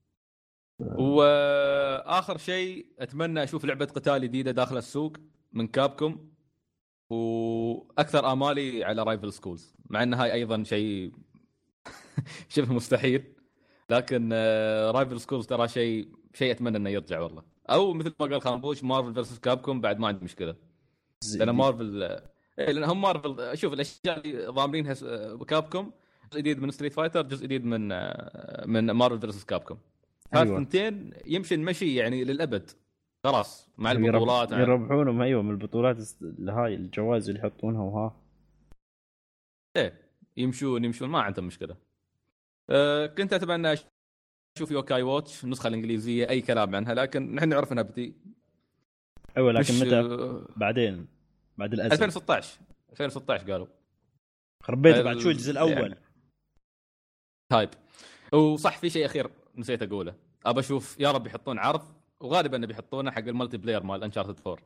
واخر شيء اتمنى اشوف لعبه قتال جديده داخل السوق من كابكوم، واكثر امالي على رايفل سكولز، مع ان هاي ايضا شيء شبه مستحيل، لكن رايفل سكولز ترى شيء اتمنى انه يرجع والله. او مثل ما قال خنبوش مارفل فيرسس كابكوم، بعد ما عندي مشكله لان مارفل لان هم مارفل شوف الاشياء اللي ضامنينها كابكوم، جزء جديد من ستريت فايتر، جزء جديد من مارفل فيرسس كابكوم. هالثنتين يمشي المشي يعني للابد خلاص مع البطولات يربحونهم. ايوه من البطولات هاي الجوائز اللي يحطونها وها ايه يمشون ما عندهم مشكله. كنت اتمنى اشوف يوكاي واتش النسخه الانجليزيه اي كلام عنها، لكن نحن نعرف انها بتي. ايوه لكن متى بعدين بعد الازمه 2016 قالوا خربيته بعد شو الجزء الاول يعني. هايب. وصح في شيء اخير نسيت اقوله، ابى اشوف يا رب يحطون عرض، وغالبا انه بيحطونه حق الملتي بلاير مال انشارتد 4.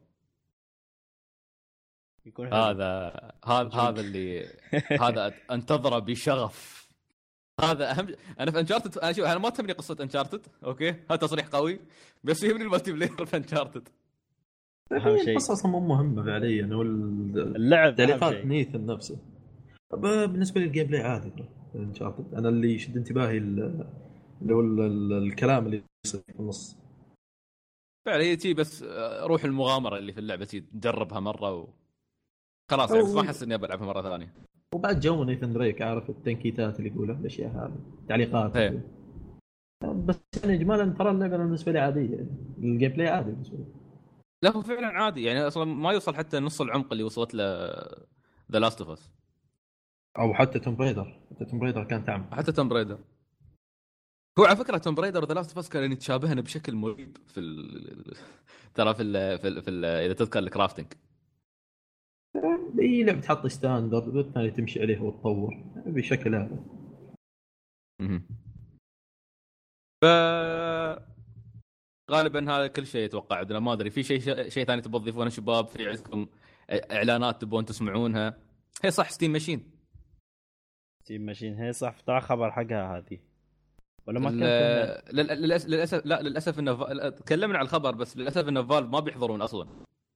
هذا اللي هذا انتظره بشغف. هذا اهم. انا في انشارتد انا ما تهمني قصه انشارتد، اوكي هذا تصريح قوي، بس يهمني الملتي بلاير في انشارتد. اهم شيء القصه مو مهمه فعليا، اللعب تعليقات نيثن نفسه. بالنسبه لي الجيم بلاي عادي انشارتد. انا اللي يشد انتباهي اللي هو الكلام اللي يصير في النص فعلا. هي تي بس روح المغامره اللي في اللعبه تي تجربها مره خلاص يعني ما احس اني بلعبها مره ثانيه. وبعد جو نيثن دريك عارف التنكيتات اللي يقولها الاشياء هذه تعليقات بس يعني اجمالا ترى اللعبه بالنسبه لي عاديه يعني. الجيم بلاي عادي بالنسبه لي. لا هو فعلا عادي يعني اصلا ما يوصل حتى نص العمق اللي وصلت له ذا لاست اوف اس او حتى توم بريدر كان تعمق. حتى توم بريدر. هو على فكره توم بريدر ذا لاست اوف اس كان يتشابهنا بشكل مريب ترى اذا تذكر الكرافتنج اي لعبه تحط ستاندرد بالتالي تمشي عليه وتطور بشكل هذا. ف غالبا هذا كل شيء اتوقع. عندنا ما ادري في شيء ثاني تبغى تضيفونه شباب؟ في عندكم اعلانات تبون تسمعونها؟ هي صح ستيم ماشين هي صح ترى خبر حقها هذه ولا ما للاسف انه تكلمنا عن الخبر، بس للاسف انه فالف ما بيحضرون اصلا.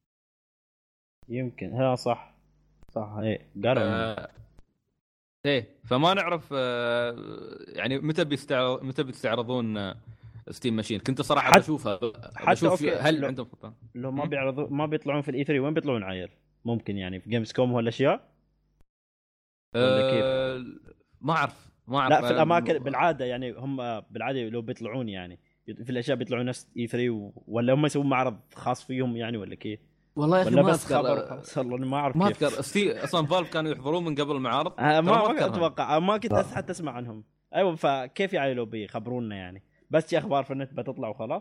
يمكن ها صح ايه قالوا ايه فما نعرف يعني متى بيستعرضون ستيم ماشين. كنت صراحه بشوفها بشوف هل عندهم خطه. لو ما بيعرضوا ما بيطلعون في الاي 3 وين بيطلعون عاير؟ ممكن يعني في جيمز كوم والاشياء ولا كيف؟ ما اعرف لا في الاماكن بالعاده يعني هم بالعاده لو بيطلعون يعني في الاشياء بيطلعون نفس اي 3 ولا هم يسوون معرض خاص فيهم يعني ولا كيف؟ والله يا اخي ما اذكر والله ما اعرف ما اذكر اصلا فالف كانوا يحضرون من قبل المعارض. ما اتوقع ما كنت حتى اسمع عنهم. ايوه فكيف يعني لو بيخبرونا يعني بس شي اخبار في النت بتطلع وخلاص؟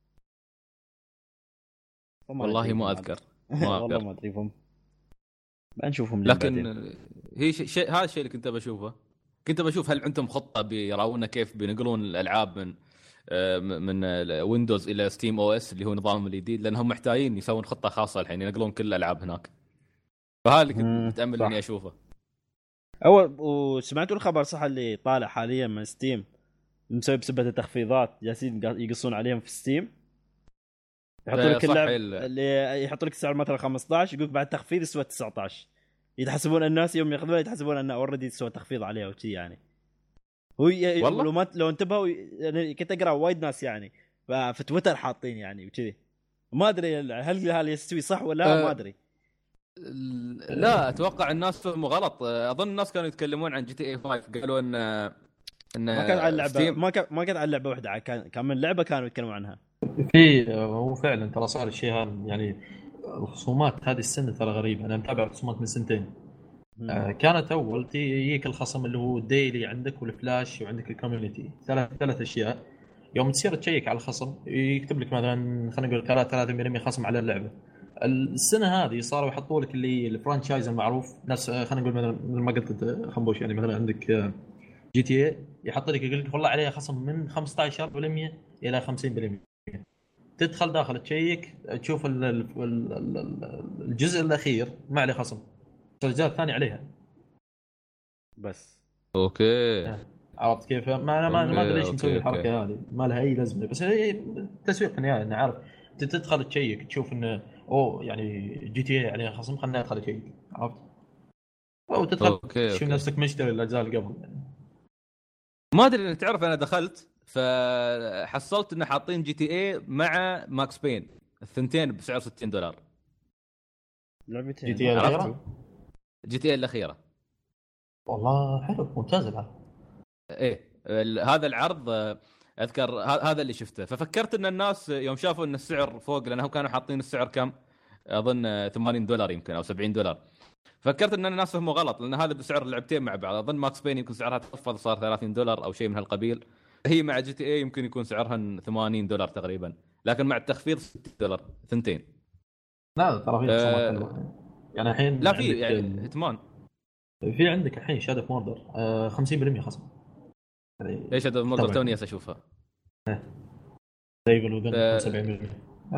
والله ما اذكر والله ما ادري فهم بنشوفهم لكن هي هذا الشيء اللي كنت بشوف هل عندهم خطه بيراونا كيف بينقلون الالعاب من ويندوز الى ستيم او اس اللي هو نظامهم الجديد، لانهم محتاجين يسوون خطه خاصه الحين ينقلون كل الالعاب هناك. فهذا اللي كنت متامل اني اشوفه. وسمعتوا الخبر صح اللي طالع حاليا من ستيم بسبب التخفيضات جالسين يقصون عليهم في ستيم، يحطوا لك اللعب اللي يحطوا لك السعر مثلا 15 يقولك بعد تخفيض يسوى 19. يتحسبون الناس يوم ياخذونها يتحسبون انه اوريدي يسوى تخفيض عليها وشي يعني. هو لو انتبهوا يعني كنت اقرا وايد ناس يعني في تويتر حاطين يعني وكذي. ما ادري هل يستوي صح ولا ما ادري. لا اتوقع الناس فهموا غلط. اظن الناس كانوا يتكلمون عن جي تي اي 5 قالوا ان ما كان على اللعبه ما كان على اللعبه واحده كان من لعبه كانوا يتكلمون عنها. هو فعلا ترى صار الشيء هذا يعني. الخصومات هذه السنه ترى غريبه. انا متابع الخصومات من سنتين. كانت اول يجيك الخصم اللي هو الديلي عندك والفلاش وعندك الكوميونتي، ثلاث اشياء. يوم تصير تشيك على الخصم يكتب لك مثلا خلينا نقول 3% خصم على اللعبه. السنه هذه صاروا يحطوا لك اللي الفرانشايز المعروف نفس خلينا نقول مثلا ما قلت خنبوش يعني مثلا عندك جي تي اي يحط لك يقول لك والله عليها خصم من 15% الى 50%. تدخل داخل تشيك تشوف الجزء الاخير ما عليه خصم، الجزء الثاني عليها بس اوكي عرفت كيف؟ ما ادري ليش مسوي اوكي الحركه هذه، ما لها اي لازمه، بس هي تسويق في النهايه. انا عارف انت تدخل تشيك تشوف انه اوه يعني جي تي اي عليها خصم، خليني ادخل اشيك، عرفت؟ او تدخل اوكي تشوف اوكي. نفسك مشتري الاجزاء اللي قبل يعني. ما ادري ان تعرف، انا دخلت فحصلت انه حاطين جي تي اي مع ماكس بين الثنتين بسعر $60. لعبتين جي تي اي عرفت؟ الاخيره جي تي اي الاخيره. والله حلو ممتاز العاب. ايه هذا العرض اذكر هذا اللي شفته، ففكرت ان الناس يوم شافوا ان السعر فوق، لانهم كانوا حاطين السعر كم اظن $80 يمكن او $70. فكرت ان الناس فهموا غلط، لان هذا بسعر اللعبتين مع بعض. اظن ماكس بين يمكن سعرها تخفض صار $30 او شيء من هالقبيل. هي مع جي تي اي يمكن يكون سعرها $80 تقريبا، لكن مع التخفيض $60 ثنتين. لا ترى في خصومات حلوه يعني الحين لا عندك في يعني هتمان. في عندك الحين شادف موردر 50% خصم يعني. ايش هذا الموضوع طبعاً. توني اشوفها. دايفل وذن ف- 75%.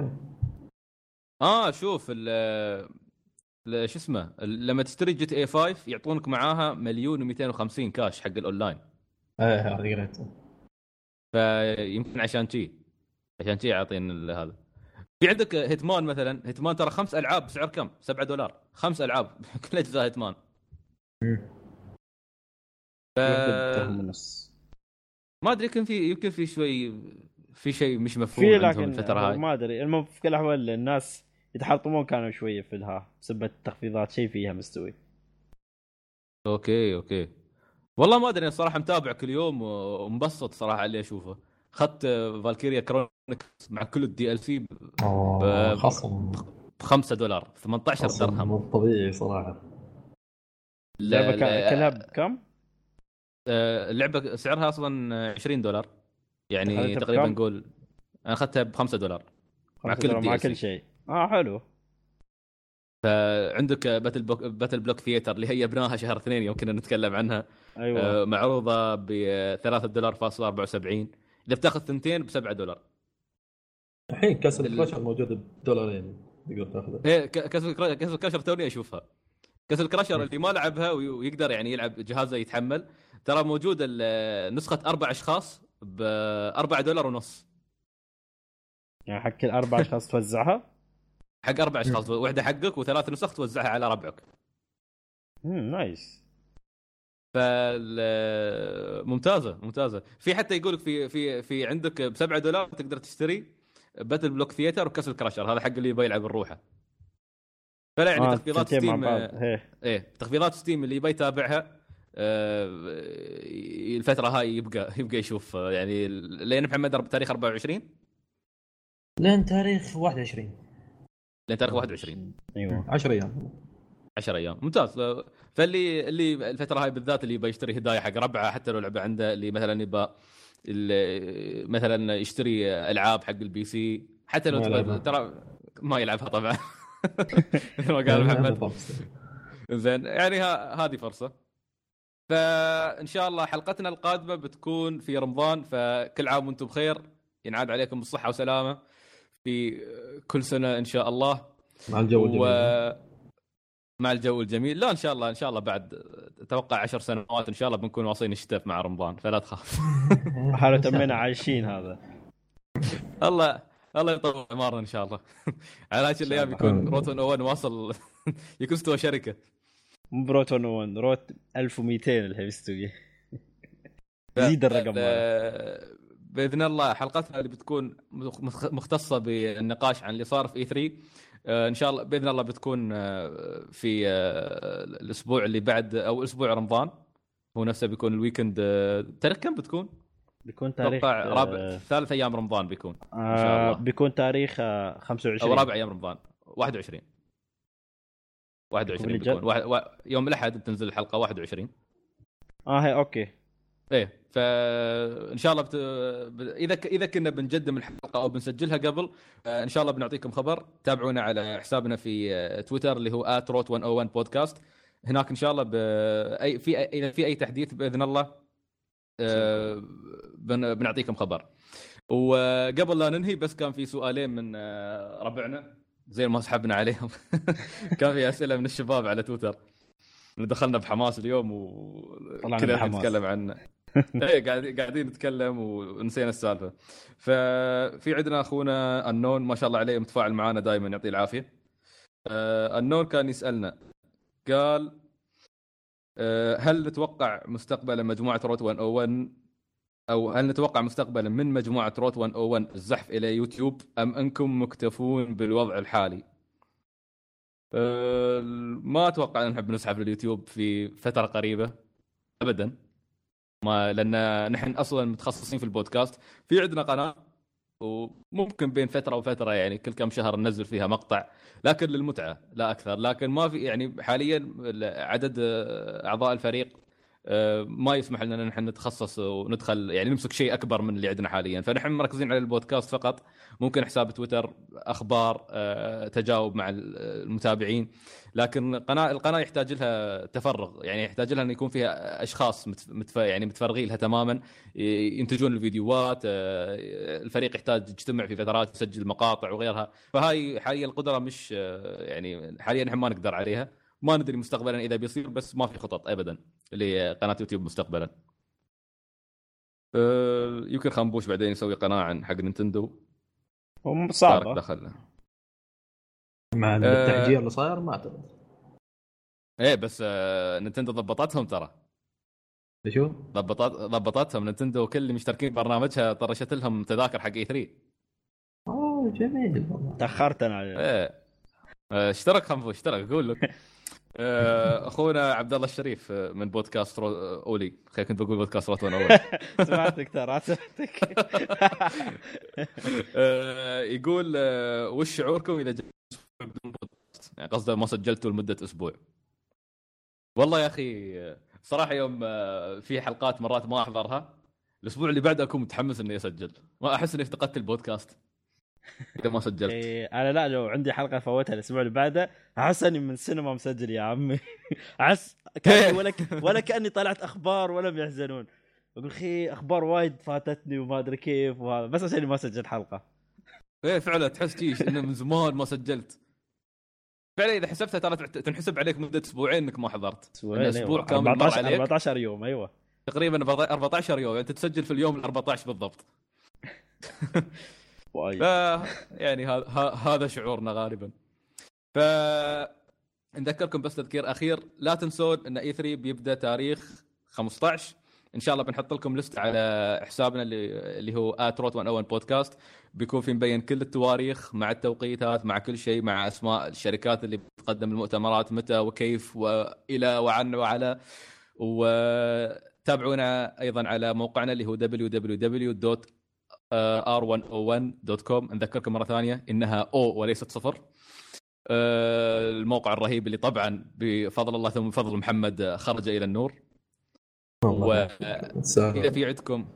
شوف شو اسمه، لما تشتري جي تي اي 5 يعطونك معاها 1,250,000 كاش حق الاونلاين. ايه هذه قريت. فيمكن عشان شي عاطين هذا. في عندك هيتمان مثلا، هيتمان ترى 5 العاب بسعر كم $7، 5 العاب كل اجزاء هيتمان. ف درهم ونص. ما ادري، يمكن في شوي، في شيء مش في مفهوم عندهم لكن الفتره هاي. ما ادري، المهم في كل الاحوال الناس يتحطمون كانوا شويه في الها بسبب التخفيضات، شيء فيها مستوي. اوكي والله ما ادري الصراحه، متابع كل يوم ومبسط صراحه اللي اشوفه. اخذت فالكيريا كرونيكس مع كل الدي ال سي خصم $5، 18 درهم. مو طبيعي صراحه. اللعبه كلها بكم؟ اللعبه سعرها اصلا $20، يعني دخلتها تقريبا بكم؟ نقول انا اخذتها $5 مع كل $5 الدي مع ال كل سي. شيء. حلو. عندك باتل بلوك ثياتر اللي هي بناها شهر 2 يوم كنا نتكلم عنها. ايوه. معروضه ب $3.74. اذا بتاخذ ثنتين ب$7. الحين كاس الكلاشر موجود $2 تقدر تاخذه. ايه كاس الكراشر توني اشوفها. كاس الكراشر اللي ما لعبها ويقدر يعني يلعب جهازه يتحمل، ترى موجود نسخه 4 اشخاص ب $4.50. يعني حق كل 4 اشخاص توزعها؟ حق 4 اشخاص، واحده حقك وثلاث نسخ توزعها على ربعك. نايس. ممتازه. في حتى يقولك في عندك $7 تقدر تشتري باتل بلوك ثياتر وكاس الكراشر، هذا حق اللي يبي يلعب الروحه. فلا يعني تخفيضات تنتين ستيم. مع بعض. ايه تخفيضات ستيم اللي يبي يتابعها الفتره هاي يبقى يشوف يعني لين محمد بتاريخ 24 لين تاريخ 21. لين تاريخ 21. ايوه 10 ايام. 10 ايام ممتاز. اللي الفتره هاي بالذات اللي يبي يشتري هدايا حق ربعه، حتى لو لعبه عنده، اللي مثلا يبى مثلا يشتري العاب حق البي سي، حتى لو ترى ما يلعبها طبعا ما قال محمد. زين يعني هذه فرصه. فان شاء الله حلقتنا القادمه بتكون في رمضان، فكل عام وانتم بخير، ينعاد عليكم بالصحه وسلامه في كل سنه ان شاء الله، مع الجو الجميل. مع الجو الجميل. لا ان شاء الله بعد اتوقع 10 سنوات ان شاء الله بنكون واصلين الشتاء مع رمضان، فلا تخاف. حاله تمنا عايشين هذا. الله يطول عمرنا ان شاء الله. على هاي الايام يكون روتون اوان واصل يكون استوى شركه. مو بروتون 1 روت 1200 اللي مستوي. زيد الرقم باذن الله حلقتنا اللي بتكون مختصه بالنقاش عن اللي صار في E3 ان شاء الله باذن الله بتكون في الاسبوع اللي بعد او اسبوع رمضان، هو نفسه بيكون الويكند. تاريخ كم بيكون تاريخ رابع ثالث ايام رمضان بيكون ان شاء الله. بيكون تاريخ 25 او رابع ايام رمضان 21 بيكون يوم الاحد بتنزل الحلقه 21. هي اوكي. ايه فان شاء الله اذا كنا بنقدم الحلقه او بنسجلها قبل ان شاء الله بنعطيكم خبر. تابعونا على حسابنا في تويتر اللي هو @rot101 بودكاست. هناك ان شاء الله اذا في اي تحديث باذن الله بنعطيكم خبر. وقبل لا ننهي بس كان في سؤالين من ربعنا زي ما سحبنا عليهم. كان في اسئله من الشباب على تويتر. دخلنا بحماس اليوم وكذا نتكلم عنه. ايه قاعدين نتكلم ونسينا السالفه. ففي عندنا اخونا النون ما شاء الله عليه متفاعل معنا دائما يعطيه العافيه. النون كان يسالنا قال هل نتوقع مستقبلا مجموعه روت 101 او هل نتوقع مستقبلا من مجموعه روت 101 الزحف الى يوتيوب ام انكم مكتفون بالوضع الحالي؟ ما اتوقع ان نحب نسحب لليوتيوب في فتره قريبه ابدا، ما لان نحن اصلا متخصصين في البودكاست. في عندنا قناه وممكن بين فتره وفتره يعني كل كم شهر ننزل فيها مقطع لكن للمتعه لا اكثر. لكن ما في يعني حاليا عدد اعضاء الفريق ما يسمح لنا نحن نتخصص وندخل يعني نمسك شيء اكبر من اللي عندنا حاليا. فنحن مركزين على البودكاست فقط، ممكن حساب تويتر، اخبار، تجاوب مع المتابعين. لكن القناه يحتاج لها تفرغ، يعني يحتاج لها ان يكون فيها اشخاص يعني متفرغين لها تماما ينتجون الفيديوهات. الفريق يحتاج يجتمع في فترات يسجل مقاطع وغيرها. فهاي حاليا القدره مش يعني حاليا نحن ما نقدر عليها. ما ندري مستقبلا اذا بيصير، بس ما في خطط ابدا لقناه يوتيوب مستقبلا. يمكن خنبوش بعدين يسوي قناه عن حق نينتندو، صعبه دخل مع التحجير اللي صاير ما اعتقد. ايه بس نينتندو ضبطتهم ترى. شو ضبطتهم نينتندو، كل اللي مشتركين برنامجها طرشت لهم تذاكر حق اي 3. جميل. تاخرت انا عليه. ايه اشترك خنبوش، اشترك اقول لك. اخونا عبد الله الشريف من بودكاست اولي، خلينا كنت بقول بودكاست روت 1 اول. سمعتك ترى سمعتك. يقول وش شعوركم اذا يعني قصده ما سجلتوا لمده اسبوع؟ والله يا اخي صراحه يوم في حلقات مرات ما احضرها، الاسبوع اللي بعده اكون متحمس اني اسجل، ما احس اني افتقدت البودكاست اذا ما سجلت. انا لا، لو عندي حلقه فوتها الاسبوع اللي بعده احس اني من سينما مسجل يا عمي. احس كاني ولا كاني طلعت اخبار ولا بيحزنون. اقول اخي اخبار وايد فاتتني وما ادري كيف وهذا، بس عشان ما سجلت حلقه. ايه فعلا تحس تيش انه من زمان ما سجلت فعلا. اذا حسبتها ترى تنحسب عليك مده اسبوعين انك ما حضرت. اسبوع كامل 14 يوم. ايوه تقريبا 14 يوم، انت تسجل في اليوم ال14 بالضبط. يعني هذا شعورنا غالبا. نذكركم بس تذكير اخير، لا تنسون ان اي 3 بيبدا تاريخ 15 ان شاء الله. بنحط لكم لست على حسابنا اللي هو @rot101 بودكاست، بيكون في مبين كل التواريخ مع التوقيتات مع كل شيء مع اسماء الشركات اللي بتقدم المؤتمرات متى وكيف والى وعن وعلى. وتابعونا ايضا على موقعنا اللي هو www.r101.com. نذكركم مره ثانيه انها او وليست صفر. الموقع الرهيب اللي طبعا بفضل الله ثم بفضل محمد خرج الى النور. واذا في عندكم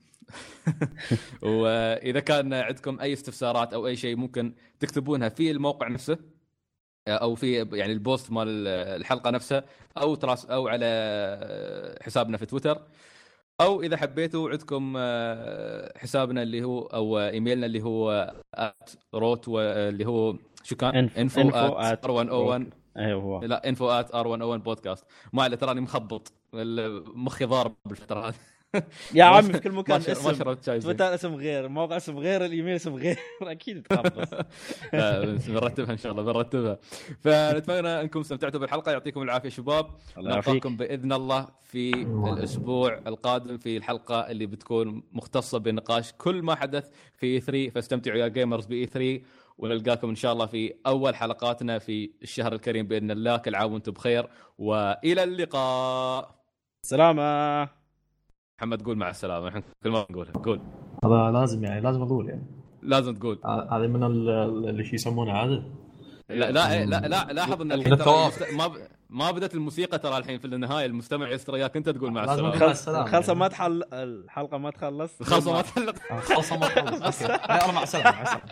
واذا كان عندكم اي استفسارات او اي شيء ممكن تكتبونها في الموقع نفسه او في يعني البوست مال الحلقه نفسها او على حسابنا في تويتر، او اذا حبيتوا عندكم حسابنا اللي هو او ايميلنا اللي هو @rot اللي هو شو كان info@r101. ايوه لا info@r101 بودكاست. ما اللي تراني مخبط مخي ضارب بالفتره هذه. يا عمي في كل مكان اسم ما شربت شاي. تويتر اسم غير، موقع اسم غير، الايميل اسم غير. اكيد تخبص. بنرتبها ان شاء الله بنرتبها. فنتمنى انكم استمتعتوا بالحلقه. يعطيكم العافيه شباب. نلقاكم باذن الله في الاسبوع القادم في الحلقه اللي بتكون مختصه بنقاش كل ما حدث في E3. فاستمتعوا يا جيمرز ب E3، ونلقاكم ان شاء الله في اول حلقاتنا في الشهر الكريم باذن الله. كل عام وانتم بخير والى اللقاء. سلامة. محمد قول مع السلامه. احنا كل ما نقولها قول. هذا لازم يعني لازم اقول يعني لازم تقول. هذا من اللي شو يسمونه عادة. لا لاحظ ان الحين ما بدت الموسيقى ترى الحين في النهايه المستمع يستر اياك انت تقول مع السلامه. خلص ما تحل الحلقه ما تخلص. خلص ما تحلق. خلص ما تخلص. يلا مع السلامه. مع السلامه.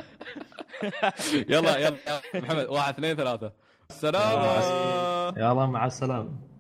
يلا محمد 1 2 3 السلام. يلا مع السلامه.